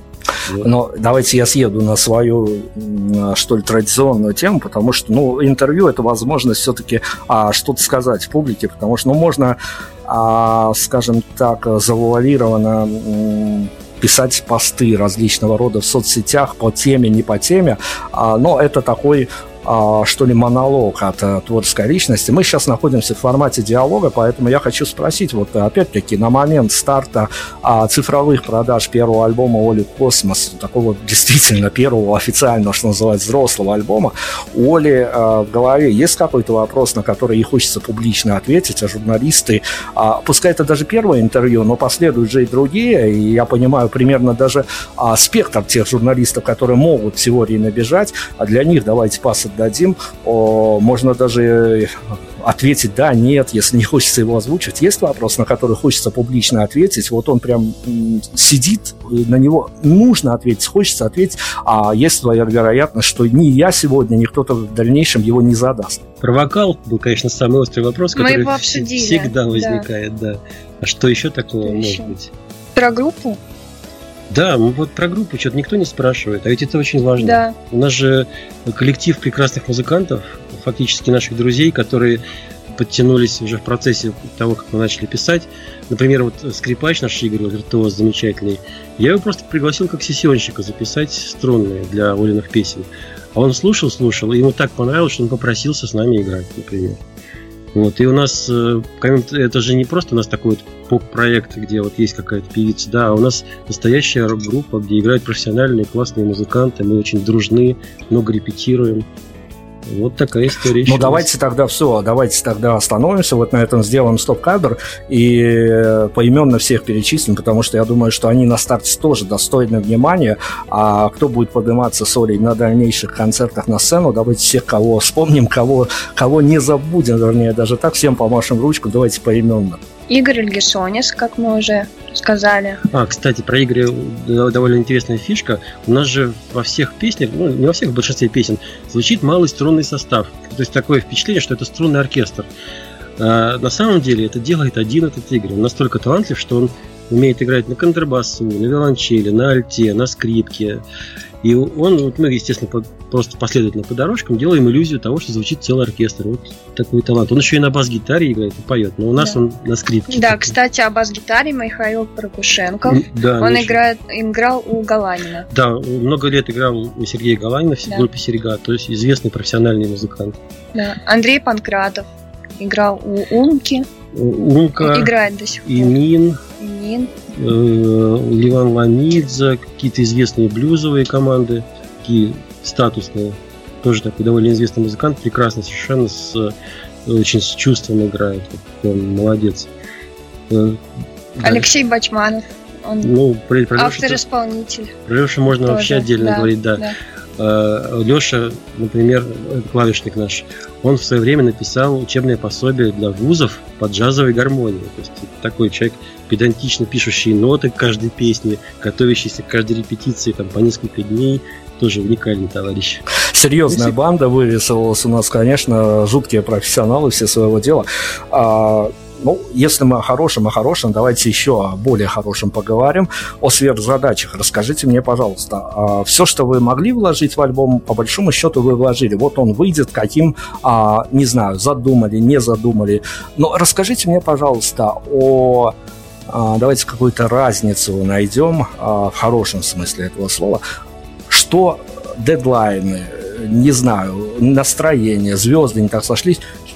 Но давайте я съеду на свою, что ли, традиционную тему, потому что, ну, интервью – это возможность все-таки а, что-то сказать в публике, потому что, ну, можно, а, скажем так, завуалированно м- писать посты различного рода в соцсетях по теме, не по теме, а, но это такой, а, что ли, монолог от а, творческой личности. Мы сейчас находимся в формате диалога, поэтому я хочу спросить, вот опять-таки, на момент старта а, цифровых продаж первого альбома Оли «Космос», такого действительно первого официального, что называется, взрослого альбома, у Оли а, в голове есть какой-то вопрос, на который ей хочется публично ответить, а журналисты, а, пускай это даже первое интервью, но последуют же и другие, и я понимаю примерно даже а, спектр тех журналистов, которые могут в теории набежать, а для них давайте пас отдадим, о, можно даже ответить да, нет, если не хочется его озвучивать. Есть вопрос, на который хочется публично ответить, вот он прям м, сидит, на него нужно ответить, хочется ответить, а есть твоя вероятность, что ни я сегодня, ни кто-то в дальнейшем его не задаст. Про вокал был, конечно, самый острый вопрос, Мы который его обсудили, всегда да. возникает, да. А что еще такого Что может еще? быть? Про группу? Да, ну вот про группу что-то никто не спрашивает, а ведь это очень важно. Да. У нас же коллектив прекрасных музыкантов, фактически наших друзей, которые подтянулись уже в процессе того, как мы начали писать. Например, вот скрипач наш Игорь, виртуоз замечательный, я его просто пригласил как сессионщика записать струнные для Олиных песен. А он слушал, слушал, и ему так понравилось, что он попросился с нами играть, например. Вот, и у нас, это же не просто у нас такой вот поп-проект, где вот есть какая-то певица, да, а у нас настоящая рок-группа, где играют профессиональные классные музыканты, мы очень дружны, много репетируем. Вот такая история. Ну, давайте тогда все, давайте тогда остановимся, вот на этом сделаем стоп-кадр и поименно всех перечислим, потому что я думаю, что они на старте тоже достойны внимания, а кто будет подниматься с Олей на дальнейших концертах на сцену, давайте всех, кого вспомним, кого, кого не забудем, вернее, даже так, всем помашем ручку, давайте поименно. Игорь Ильгисонис, как мы уже сказали. А, кстати, про Игоря довольно интересная фишка. У нас же во всех песнях, ну не во всех, в большинстве песен, звучит малый струнный состав. То есть такое впечатление, что это струнный оркестр. А на самом деле это делает один этот Игорь. Он настолько талантлив, что он умеет играть на контрабасу, на виолончели, на альте, на скрипке. И он, вот мы, естественно, по, просто последовательно по дорожкам делаем иллюзию того, что звучит целый оркестр. Вот такой талант. Он еще и на бас-гитаре играет и поет, но у нас да. он на скрипке. Да, кстати, о бас-гитаре Михаил Прокушенков. Да, он ну, играет, играл у Галанина. Да, много лет играл у Сергея Галанина в да. группе Серега, то есть известный профессиональный музыкант. Да. Андрей Панкратов играл у Умки. Умка, играет до сих пор. Имин, Имин. э, Ливан Ламидзе, какие-то известные блюзовые команды, такие статусные. Тоже такой довольно известный музыкант, прекрасно совершенно, с, очень с чувством играет. Он молодец. Э, Алексей да. Бачманов. Он ну, про, про автор-исполнитель. Про Лешу можно тоже. Вообще отдельно да, говорить, да. да. Леша, например, клавишник наш, он в свое время написал учебное пособие для вузов по джазовой гармонии. То есть такой человек, педантично пишущий ноты к каждой песне, готовящийся к каждой репетиции там, по несколько дней. Тоже уникальный товарищ. Серьезная Если... банда вырисовалась у нас, конечно, жуткие профессионалы все своего дела. А... Ну, если мы о хорошем, о хорошем, давайте еще о более хорошем поговорим, о сверхзадачах. Расскажите мне, пожалуйста, все, что вы могли вложить в альбом, по большому счету вы вложили. Вот он выйдет, каким, не знаю, задумали, не задумали. Но расскажите мне, пожалуйста, о... Давайте какую-то разницу найдем, в хорошем смысле этого слова. Что дедлайны, не знаю, настроение, звезды не так сошлись,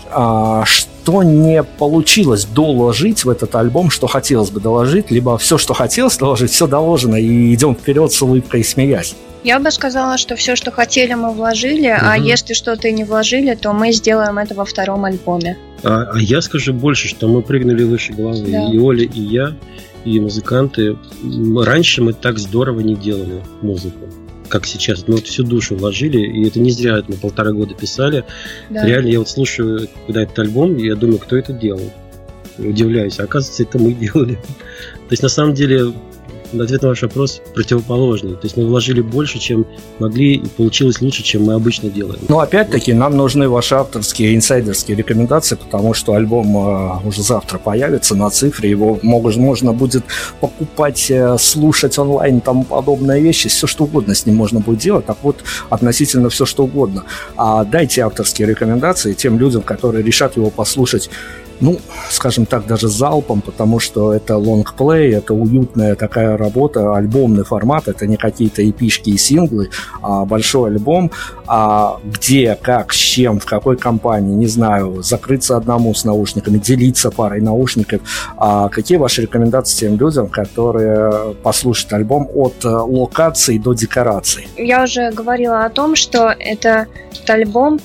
что не получилось доложить в этот альбом, что хотелось бы доложить, либо все, что хотелось доложить, все доложено, и идем вперед с улыбкой, смеясь. Я бы сказала, что все, что хотели, мы вложили, угу. а если что-то не вложили, то мы сделаем это во втором альбоме. А, а я скажу больше, что мы прыгнули выше головы. Да. И Оля, и я, и музыканты. Раньше мы так здорово не делали музыку. как сейчас. Мы вот всю душу вложили, и это не зря, это мы полтора года писали. Да. Реально, я вот слушаю, когда этот альбом, и я думаю, кто это делал. И удивляюсь, а оказывается, это мы делали. То есть, на самом деле, ответ на ваш вопрос противоположный. То есть мы вложили больше, чем могли, и получилось лучше, чем мы обычно делаем. Но опять-таки нам нужны ваши авторские инсайдерские рекомендации, потому что альбом э, уже завтра появится на цифре, его мог, можно будет покупать, э, слушать онлайн, тому подобные вещи, все что угодно с ним можно будет делать, так вот относительно все что угодно. А дайте авторские рекомендации тем людям, которые решат его послушать, ну, скажем так, даже залпом, потому что это лонгплей, это уютная такая работа, альбомный формат, это не какие-то эпишки и синглы, а большой альбом, а где, как, с чем, в какой компании, не знаю, закрыться одному с наушниками, делиться парой наушников. А какие ваши рекомендации тем людям, которые послушают альбом от локации до декораций? Я уже говорила о том, что это, этот альбом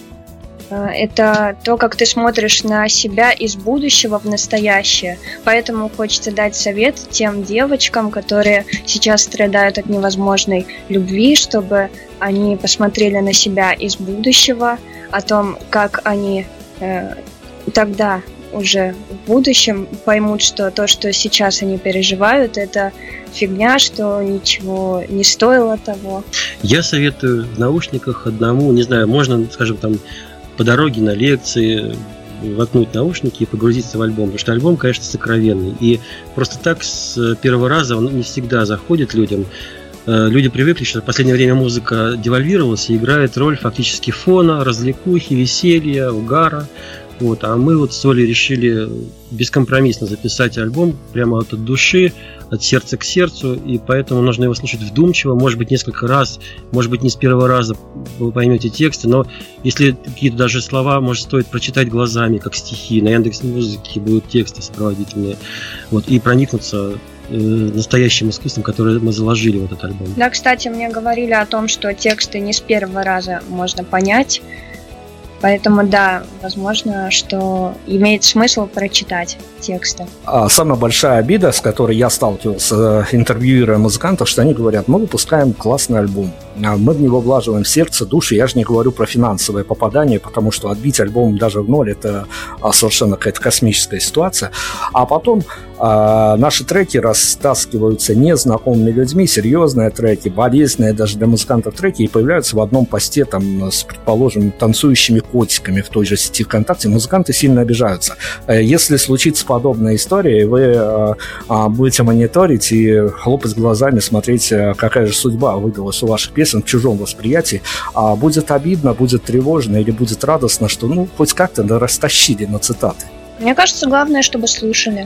это то, как ты смотришь на себя из будущего в настоящее. Поэтому хочется дать совет тем девочкам, которые сейчас страдают от невозможной любви, чтобы они посмотрели на себя из будущего, о том, как они э, тогда уже в будущем поймут, что то, что сейчас они переживают, это фигня, что ничего не стоило того. Я советую в наушниках одному, не знаю, можно, скажем, там, по дороге на лекции воткнуть наушники и погрузиться в альбом. Потому что альбом, конечно, сокровенный. И просто так с первого раза он не всегда заходит людям. Люди привыкли, что в последнее время музыка девальвировалась и играет роль фактически фона, развлекухи, веселья, угара. Вот. А мы вот с Олей решили бескомпромиссно записать альбом прямо от души, от сердца к сердцу, и поэтому нужно его слушать вдумчиво, может быть, несколько раз, может быть, не с первого раза вы поймете тексты, но если какие-то даже слова, может, стоит прочитать глазами, как стихи, на Яндекс.Музыке будут тексты сопроводительные, вот, и проникнуться э, настоящим искусством, которое мы заложили в этот альбом. Да, кстати, мне говорили о том, что тексты не с первого раза можно понять. Поэтому, да, возможно, что имеет смысл прочитать тексты. А самая большая обида, с которой я сталкивался, интервьюируя музыкантов, что они говорят: мы выпускаем классный альбом, мы в него влаживаем сердце, душу. Я же не говорю про финансовое попадание, потому что отбить альбом даже в ноль – это совершенно какая-то космическая ситуация. А потом а, наши треки растаскиваются незнакомыми людьми, серьезные треки, болезненные даже для музыкантов треки, и появляются в одном посте там, с, предположим, танцующими котиками в той же сети ВКонтакте. Музыканты сильно обижаются. Если случится подобная история, и вы а, а, будете мониторить и хлопать глазами, смотреть, какая же судьба выдалась у ваших песен в чужом восприятии, а, будет обидно, будет тревожно или будет радостно, что ну хоть как-то да, растащили на цитаты. Мне кажется, главное, чтобы слушали.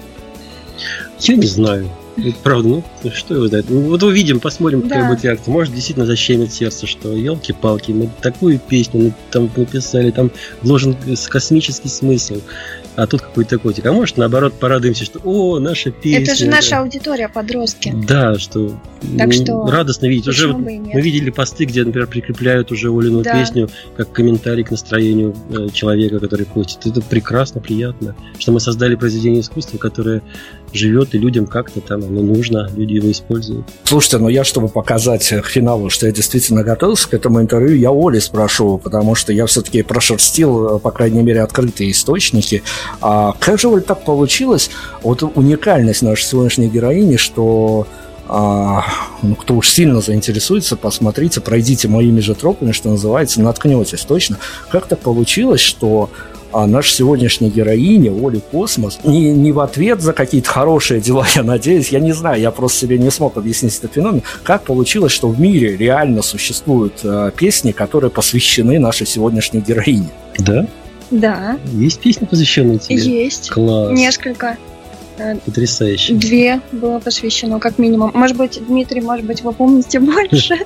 Я не знаю. Правда, ну что его знает. Вот увидим, посмотрим, какая Да. будет реакция. Может, действительно защемит сердце, что елки-палки, мы такую песню там написали, там вложен космический смысл, а тут какой-то котик. А может, наоборот, порадуемся, что о, наша песня. Это же наша аудитория, подростки. Да, что, Так ну, что радостно видеть. Уже почему вот бы и нет? мы видели посты, где, например, прикрепляют уже Олину Да. песню как комментарий к настроению э, человека, который постит. Это прекрасно, приятно, что мы создали произведение искусства, которое живет, и людям как-то там оно нужно, люди его используют. Слушайте, ну я, чтобы показать к финалу, что я действительно готовился к этому интервью, я Оли спрошу, потому что я все-таки прошерстил, по крайней мере, открытые источники. А как же, Оль, так получилось? Вот уникальность нашей сегодняшней героини, что а, ну, кто уж сильно заинтересуется, посмотрите, пройдите моими же тропами, что называется, наткнетесь точно. Как так получилось, что а наша сегодняшняя героиня, Оля Космос, не, не в ответ за какие-то хорошие дела, я надеюсь, я не знаю, я просто себе не смог объяснить этот феномен, как получилось, что в мире реально существуют э, песни, которые посвящены нашей сегодняшней героине. Да? Да, Есть песни, посвященные тебе? есть. Класс. Несколько. Э, Потрясающе. Две было посвящено, как минимум. Может быть, Дмитрий, может быть, вы помните больше?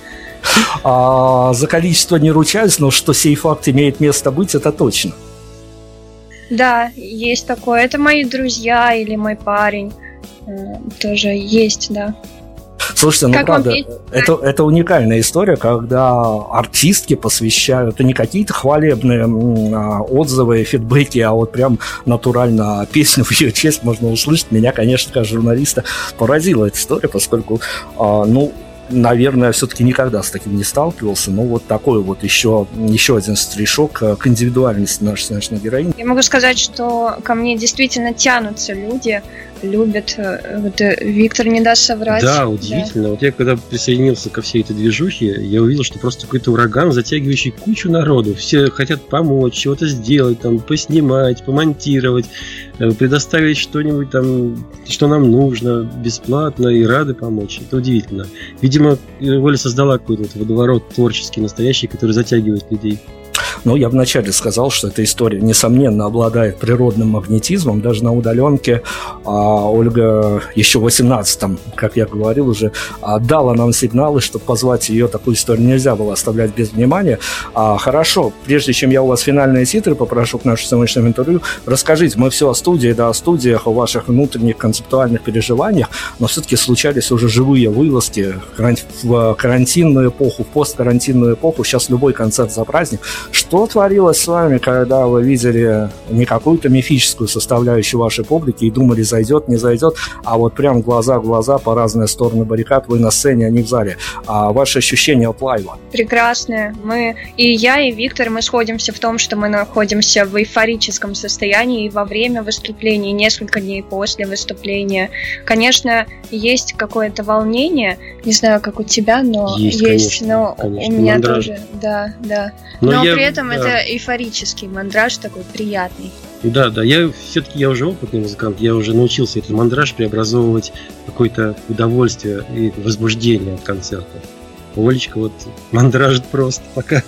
А, за количество не ручаюсь, но что сей факт имеет место быть, это точно. Да, есть такое. Это мои друзья или мой парень. Э, Тоже есть, да. Слушайте, ну Как вам правда, петь? это, это уникальная история, когда артистки посвящают, это не какие-то хвалебные м, а, отзывы, фидбэки, а вот прям натурально песню в ее честь можно услышать. Меня, конечно, как журналиста поразила эта история, поскольку, а, ну, наверное, все-таки никогда с таким не сталкивался. Но вот такой вот еще, еще один стришок к индивидуальности нашей сегодняшней героини. Я могу сказать, что ко мне действительно тянутся люди, любят. Вот Виктор не даст соврать. Да, удивительно. Да. Вот я когда присоединился ко всей этой движухе, я увидел, что просто какой-то ураган, затягивающий кучу народу. Все хотят помочь, чего-то сделать, там, поснимать, помонтировать, предоставить что-нибудь там, что нам нужно, бесплатно, и рады помочь. Это удивительно. Видимо, Оля создала какой-то вот водоворот творческий, настоящий, который затягивает людей. Ну, я вначале сказал, что эта история, несомненно, обладает природным магнетизмом. Даже на удаленке а, Ольга еще в восемнадцатом, как я говорил уже, а, дала нам сигналы, что позвать ее, такую историю нельзя было оставлять без внимания. А, хорошо, прежде чем я у вас финальные титры попрошу к нашему сегодняшнему интервью, расскажите, мы все о студии, да, о студиях, о ваших внутренних концептуальных переживаниях, но все-таки случались уже живые вылазки в карантинную эпоху, в посткарантинную эпоху. Сейчас любой концерт за праздник. Что творилось с вами, когда вы видели не какую-то мифическую составляющую вашей публики и думали, зайдет, не зайдет, а вот прям глаза в глаза по разные стороны баррикад, вы на сцене, а не в зале. А ваши ощущения от лайва? Прекрасные. Мы, и я, и Виктор, мы сходимся в том, что мы находимся в эйфорическом состоянии и во время выступления, и несколько дней после выступления. Конечно, есть какое-то волнение, не знаю, как у тебя, но есть, есть конечно, но конечно, у меня мандраж. тоже, да, да. Но, но я, при этом да. это эйфорический мандраж, такой приятный. Да, да, я все-таки я уже опытный музыкант, я уже научился этот мандраж преобразовывать в какое-то удовольствие и возбуждение от концерта. Олечка вот мандражит просто пока.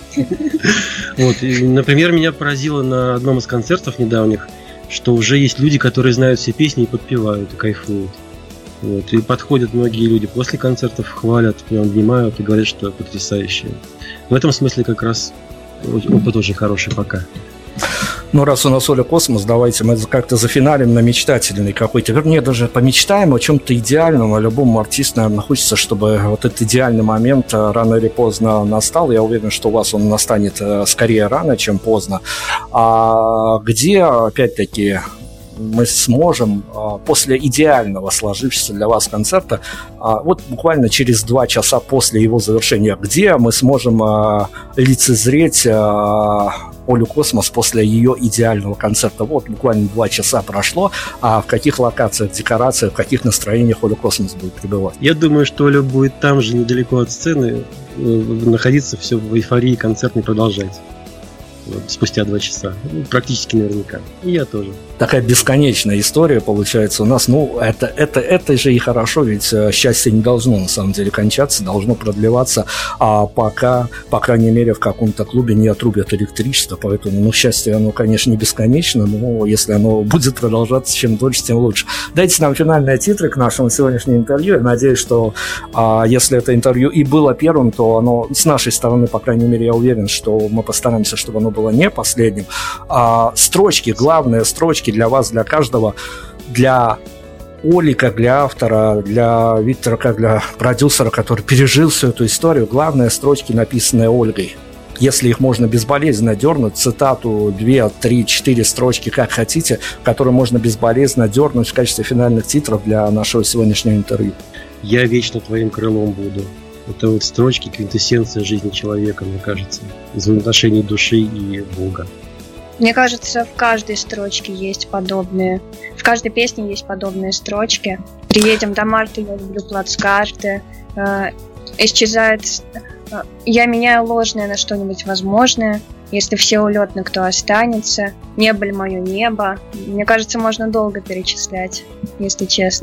Вот, например, меня поразило на одном из концертов недавних, что уже есть люди, которые знают все песни и подпевают, и кайфуют. Вот, и подходят многие люди после концертов, хвалят, прям обнимают и говорят, что потрясающе. В этом смысле как раз опыт очень хороший пока. Ну, раз у нас Оля Космос, давайте мы как-то зафиналим на мечтательный какой-то. Вернее, даже помечтаем о чем-то идеальном, а любому артисту, наверное, хочется, чтобы вот этот идеальный момент рано или поздно настал. Я уверен, что у вас он настанет скорее рано, чем поздно. А где, опять-таки, мы сможем после идеального сложившегося для вас концерта, вот буквально через два часа после его завершения, где мы сможем лицезреть Олю Космос после ее идеального концерта? Вот буквально два часа прошло, а в каких локациях, декорациях, в каких настроениях Оля Космос будет пребывать? Я думаю, что Оля будет там же, недалеко от сцены, находиться все в эйфории концертной продолжать. Вот, спустя два часа. Ну, практически наверняка. И я тоже. Такая бесконечная история получается у нас. Ну, это, это, это же и хорошо, ведь счастье не должно на самом деле кончаться, должно продлеваться, а пока, по крайней мере, в каком-то клубе не отрубят электричество. Поэтому, ну, счастье, оно, конечно, не бесконечно, но если оно будет продолжаться, чем дольше, тем лучше. Дайте нам финальные титры к нашему сегодняшнему интервью. Я надеюсь, что а, если это интервью и было первым, то оно с нашей стороны, по крайней мере, я уверен, что мы постараемся, чтобы оно было не последним. А, строчки, главные строчки для вас, для каждого, для Оли как для автора, для Виктора как для продюсера, который пережил всю эту историю. Главные строчки, написанные Ольгой. Если их можно безболезненно дернуть, цитату, две, три, четыре строчки, как хотите, которые можно безболезненно дернуть в качестве финальных титров для нашего сегодняшнего интервью. «Я вечно твоим крылом буду». Это вот строчки, квинтэссенция жизни человека, мне кажется, взаимоотношений души и Бога. Мне кажется, в каждой строчке есть подобные. В каждой песне есть подобные строчки. Приедем до марта, я люблю плацкарты. Э, исчезает... Э, я меняю ложное на что-нибудь возможное. Если все улетны, кто останется. Небо ли мое небо. Мне кажется, можно долго перечислять, если честно.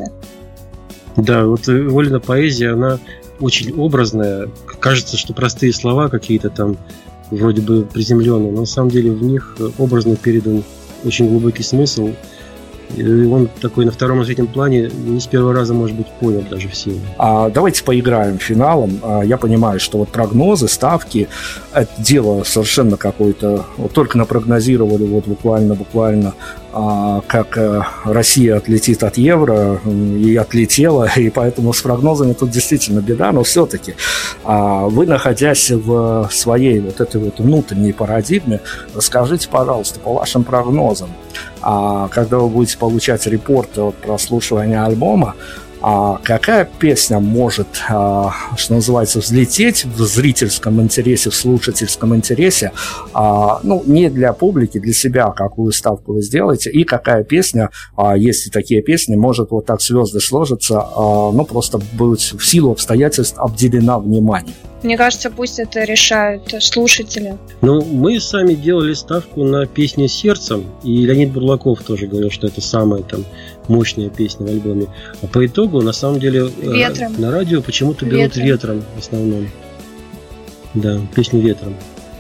Да, вот Олина поэзия, она очень образная. Кажется, что простые слова какие-то там вроде бы приземленные, но на самом деле в них образно передан очень глубокий смысл. И он такой на втором и третьем плане не с первого раза, может быть, понял даже все. А, давайте поиграем финалом. А, я понимаю, что вот прогнозы, ставки – это дело совершенно какое-то… Вот только напрогнозировали вот буквально-буквально, а, как Россия отлетит от евро, и отлетела, и поэтому с прогнозами тут действительно беда, но все-таки а, вы, находясь в своей вот этой вот внутренней парадигме, расскажите, пожалуйста, по вашим прогнозам, а, когда вы будете получать репорты от прослушивания альбома, А какая песня может, а, что называется, взлететь в зрительском интересе, в слушательском интересе, а, ну, не для публики, для себя, какую ставку вы сделаете, и какая песня, а, если такие песни, может вот так звезды сложатся, а, ну, просто будет в силу обстоятельств обделена вниманием? Мне кажется, пусть это решают слушатели. Ну, мы сами делали ставку на песню «Сердцем», и Леонид Бурлаков тоже говорил, что это самая там мощная песня в альбоме. А по итогу, на самом деле, Ветром. на радио почему-то берут Ветром. «Ветром» в основном. Да, песню «Ветром».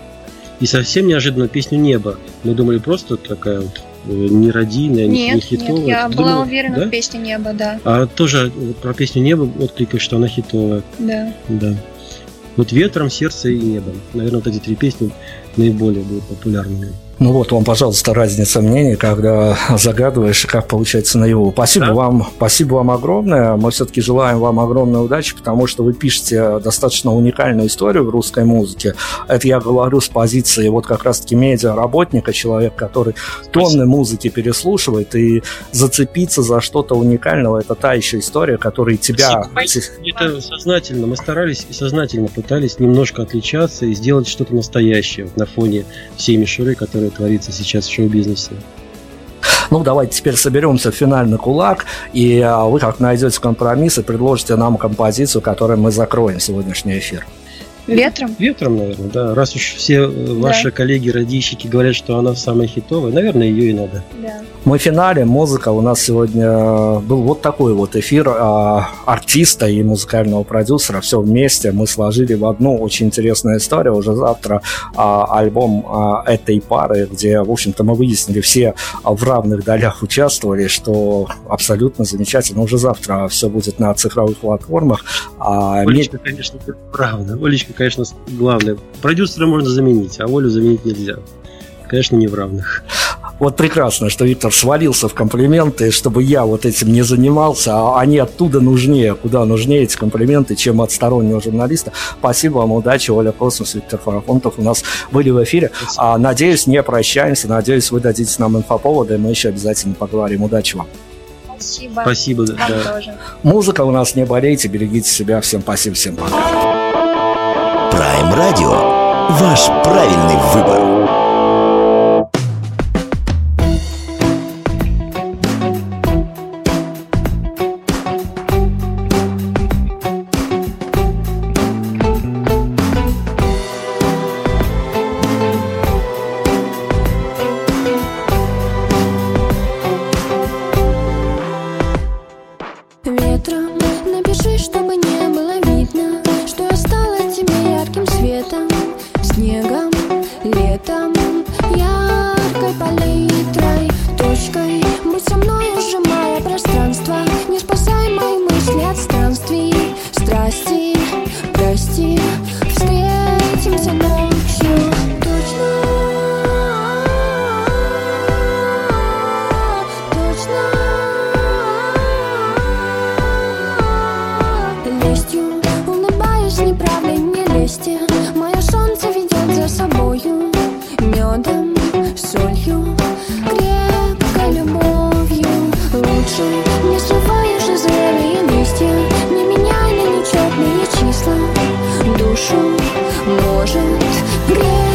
И совсем неожиданно песню «Небо». Мы думали, просто такая вот не радийная, не, не хитовая. Нет, я Ты была думала, уверена да? в песне «Небо», да. А тоже вот про песню «Небо» откликаешь, что она хитовая. Да. Да. Вот «Ветром», «Сердце» и «Небо». Наверное, вот эти три песни наиболее будут популярными. Ну вот вам, пожалуйста, разница мнений, когда загадываешь, как получается наяву. Спасибо, да? вам, спасибо вам огромное. Мы все-таки желаем вам огромной удачи, потому что вы пишете достаточно уникальную историю в русской музыке. Это я говорю с позиции вот как раз-таки медиаработника, человек, который тонны музыки переслушивает, и зацепиться за что-то уникальное, это та еще история, которая тебя... Это сознательно. Мы старались и сознательно пытались немножко отличаться и сделать что-то настоящее на фоне всей мишуры, которая творится сейчас в шоу-бизнесе. Ну, давайте теперь соберемся в финальный кулак, и а, вы как найдете компромисс и предложите нам композицию, которой мы закроем сегодняшний эфир. Ветром? Ветром, наверное, да. Раз уж все ваши да. коллеги-радищики говорят, что она самая хитовая, наверное, ее и надо. Да. Мы в финале. Музыка. У нас сегодня был вот такой вот эфир а, артиста и музыкального продюсера. Все вместе мы сложили в одну очень интересную историю. Уже завтра а, альбом а, этой пары, где, в общем-то, мы выяснили, все в равных долях участвовали, что абсолютно замечательно. Уже завтра все будет на цифровых платформах. А, Олечка, мне... конечно, правда. Олечка, конечно, главное. Продюсера можно заменить, а Олю заменить нельзя. Конечно, не в равных. Вот прекрасно, что Виктор свалился в комплименты, чтобы я вот этим не занимался, а они оттуда нужнее, куда нужнее эти комплименты, чем от стороннего журналиста. Спасибо вам, удачи. Оля Космос, Виктор Фарахонтов у нас были в эфире. А, надеюсь, не прощаемся, надеюсь, вы дадите нам инфоповоды, и мы еще обязательно поговорим. Удачи вам. Спасибо. Спасибо, вам да. тоже. Музыка у нас, не болейте, берегите себя. Всем спасибо, всем пока. Prime Radio. Ваш правильный выбор. Душу может греть.